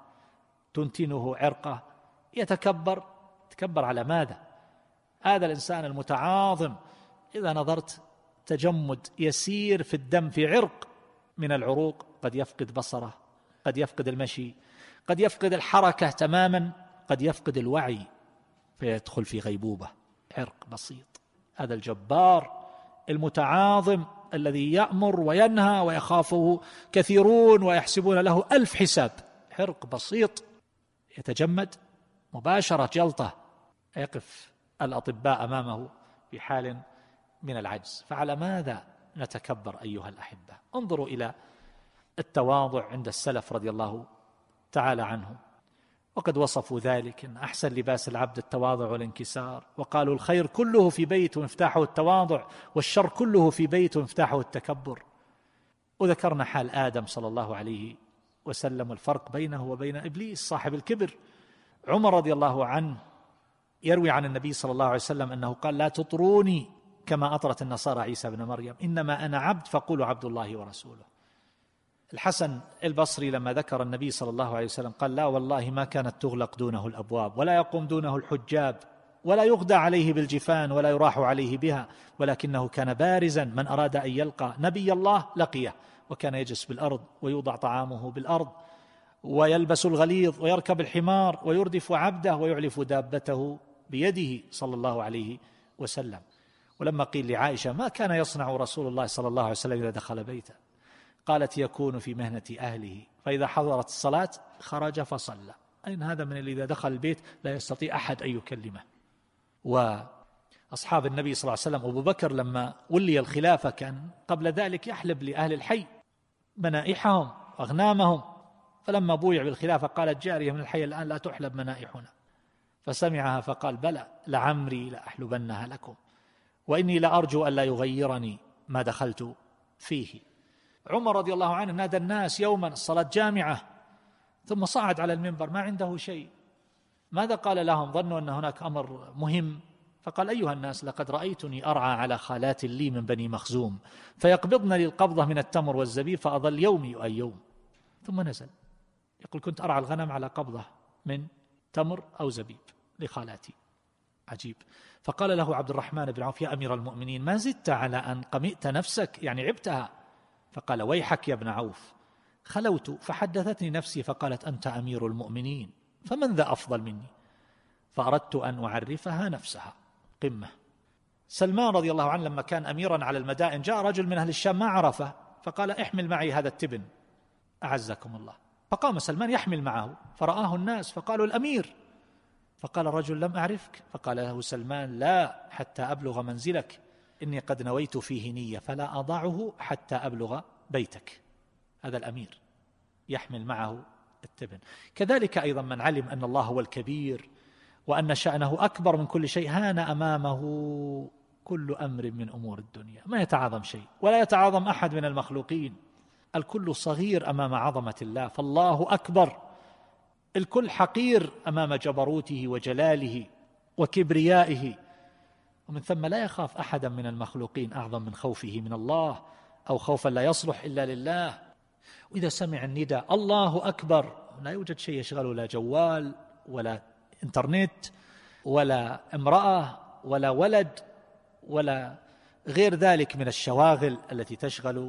تنتنه عرقة. يتكبر تكبر على ماذا؟ هذا الإنسان المتعاظم إذا نظرت تجمد يسير في الدم في عرق من العروق، قد يفقد بصره، قد يفقد المشي، قد يفقد الحركة تماما، قد يفقد الوعي فيدخل في غيبوبة. عرق بسيط. هذا الجبار المتعاظم الذي يأمر وينهى ويخافه كثيرون ويحسبون له ألف حساب، عرق بسيط يتجمد مباشرة جلطة، يقف الأطباء أمامه في حال من العجز. فعلى ماذا نتكبر أيها الأحبة؟ انظروا إلى التواضع عند السلف رضي الله تعالى عنهم، وقد وصفوا ذلك إن أحسن لباس العبد التواضع والانكسار، وقالوا: الخير كله في بيت ومفتاحه التواضع، والشر كله في بيت ومفتاحه التكبر. وذكرنا حال آدم صلى الله عليه وسلم والفرق بينه وبين إبليس صاحب الكبر. عمر رضي الله عنه يروي عن النبي صلى الله عليه وسلم أنه قال: لا تطروني كما أطرت النصارى عيسى بن مريم، إنما أنا عبد فقولوا عبد الله ورسوله. الحسن البصري لما ذكر النبي صلى الله عليه وسلم قال: لا والله ما كانت تغلق دونه الأبواب، ولا يقوم دونه الحجاب، ولا يغدى عليه بالجفان، ولا يراح عليه بها، ولكنه كان بارزا، من أراد أن يلقى نبي الله لقيه، وكان يجلس بالأرض ويوضع طعامه بالأرض، ويلبس الغليظ ويركب الحمار ويردف عبده ويعلف دابته بيده صلى الله عليه وسلم. ولما قيل لعائشة: ما كان يصنع رسول الله صلى الله عليه وسلم إذا دخل بيته؟ قالت: يكون في مهنة أهله، فإذا حضرت الصلاة خرج فصلى. أين هذا من اللي إذا دخل البيت لا يستطيع أحد أن يكلمه؟ وأصحاب النبي صلى الله عليه وسلم، أبو بكر لما ولي الخلافة كان قبل ذلك يحلب لأهل الحي منائحهم وأغنامهم، فلما بويع بالخلافة قالت جارية من الحي: الآن لا تحلب منائحنا، فسمعها فقال: بلى لعمري لأحلبنها لكم، وإني لأرجو أن لا يغيرني ما دخلت فيه. عمر رضي الله عنه نادى الناس يوما الصلاة جامعة، ثم صعد على المنبر ما عنده شيء. ماذا قال لهم؟ ظنوا أن هناك أمر مهم، فقال: أيها الناس، لقد رأيتني أرعى على خالات لي من بني مخزوم، فيقبضن لي القبضة من التمر والزبيب، فأظل يومي أي يوم. ثم نزل يقول: كنت أرعى الغنم على قبضة من تمر أو زبيب لخالاتي. عجيب. فقال له عبد الرحمن بن عوف: يا أمير المؤمنين، ما زدت على أن قمئت نفسك، يعني عبتها؟ فقال: ويحك يا ابن عوف، خلوت فحدثتني نفسي فقالت: أنت أمير المؤمنين، فمن ذا أفضل مني؟ فأردت أن أعرفها نفسها. قمة. سلمان رضي الله عنه لما كان أميرا على المدائن جاء رجل من أهل الشام ما عرفه، فقال: احمل معي هذا التبن أعزكم الله. فقام سلمان يحمل معه، فرآه الناس فقالوا: الأمير. فقال الرجل: لم أعرفك. فقال له سلمان: لا حتى أبلغ منزلك، إني قد نويت فيه نية فلا أضعه حتى أبلغ بيتك. هذا الأمير يحمل معه التبن. كذلك أيضا من علم أن الله هو الكبير وأن شأنه أكبر من كل شيء، هان أمامه كل أمر من أمور الدنيا، ما يتعاظم شيء ولا يتعاظم أحد من المخلوقين، الكل صغير أمام عظمة الله، فالله أكبر. الكل حقير أمام جبروته وجلاله وكبريائه، ومن ثم لا يخاف أحدا من المخلوقين أعظم من خوفه من الله، أو خوفا لا يصلح إلا لله. وإذا سمع النداء الله أكبر لا يوجد شيء يشغله، لا جوال ولا إنترنت ولا امرأة ولا ولد ولا غير ذلك من الشواغل التي تشغل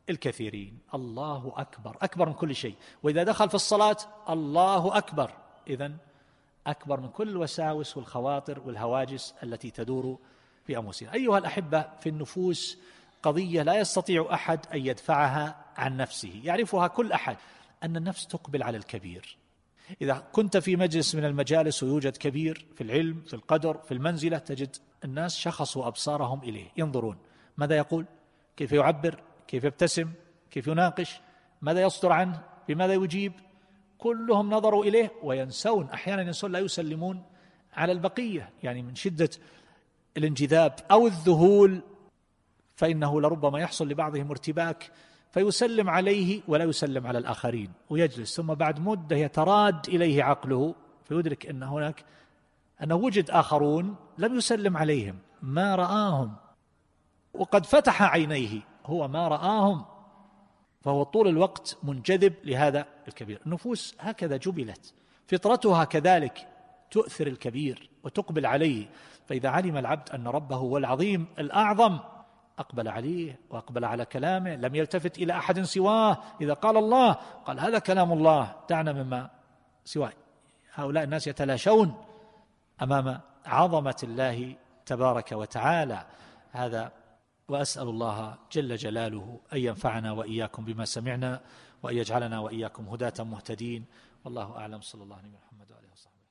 الكثيرين. الله أكبر، أكبر من كل شيء. وإذا دخل في الصلاة الله أكبر، إذن أكبر من كل الوساوس والخواطر والهواجس التي تدور في أنفسنا. أيها الأحبة، في النفوس قضية لا يستطيع أحد أن يدفعها عن نفسه، يعرفها كل أحد، أن النفس تقبل على الكبير. إذا كنت في مجلس من المجالس ويوجد كبير في العلم، في القدر، في المنزلة، تجد الناس شخصوا أبصارهم إليه، ينظرون ماذا يقول، كيف يعبر، كيف يبتسم، كيف يناقش، ماذا يصدر عنه، بماذا يجيب. كلهم نظروا إليه وينسون، أحيانا ينسون، لا يسلمون على البقية، يعني من شدة الانجذاب أو الذهول، فإنه لربما يحصل لبعضهم ارتباك فيسلم عليه ولا يسلم على الآخرين ويجلس، ثم بعد مدة يتراد إليه عقله فيدرك أن هناك أنه وجد آخرون لم يسلم عليهم، ما رآهم، وقد فتح عينيه، هو ما رآهم، فهو طول الوقت منجذب لهذا الكبير. النفوس هكذا جبلت، فطرتها كذلك تؤثر الكبير وتقبل عليه. فإذا علم العبد أن ربه هو العظيم الأعظم أقبل عليه وأقبل على كلامه، لم يلتفت إلى أحد سواه. إذا قال الله قال هذا كلام الله، دعنا مما سواه. هؤلاء الناس يتلاشون أمام عظمة الله تبارك وتعالى. هذا، وأسأل الله جل جلاله أن ينفعنا وإياكم بما سمعنا، وأن يجعلنا وإياكم هداة مهتدين. والله أعلم. صلى الله عليه وسلم.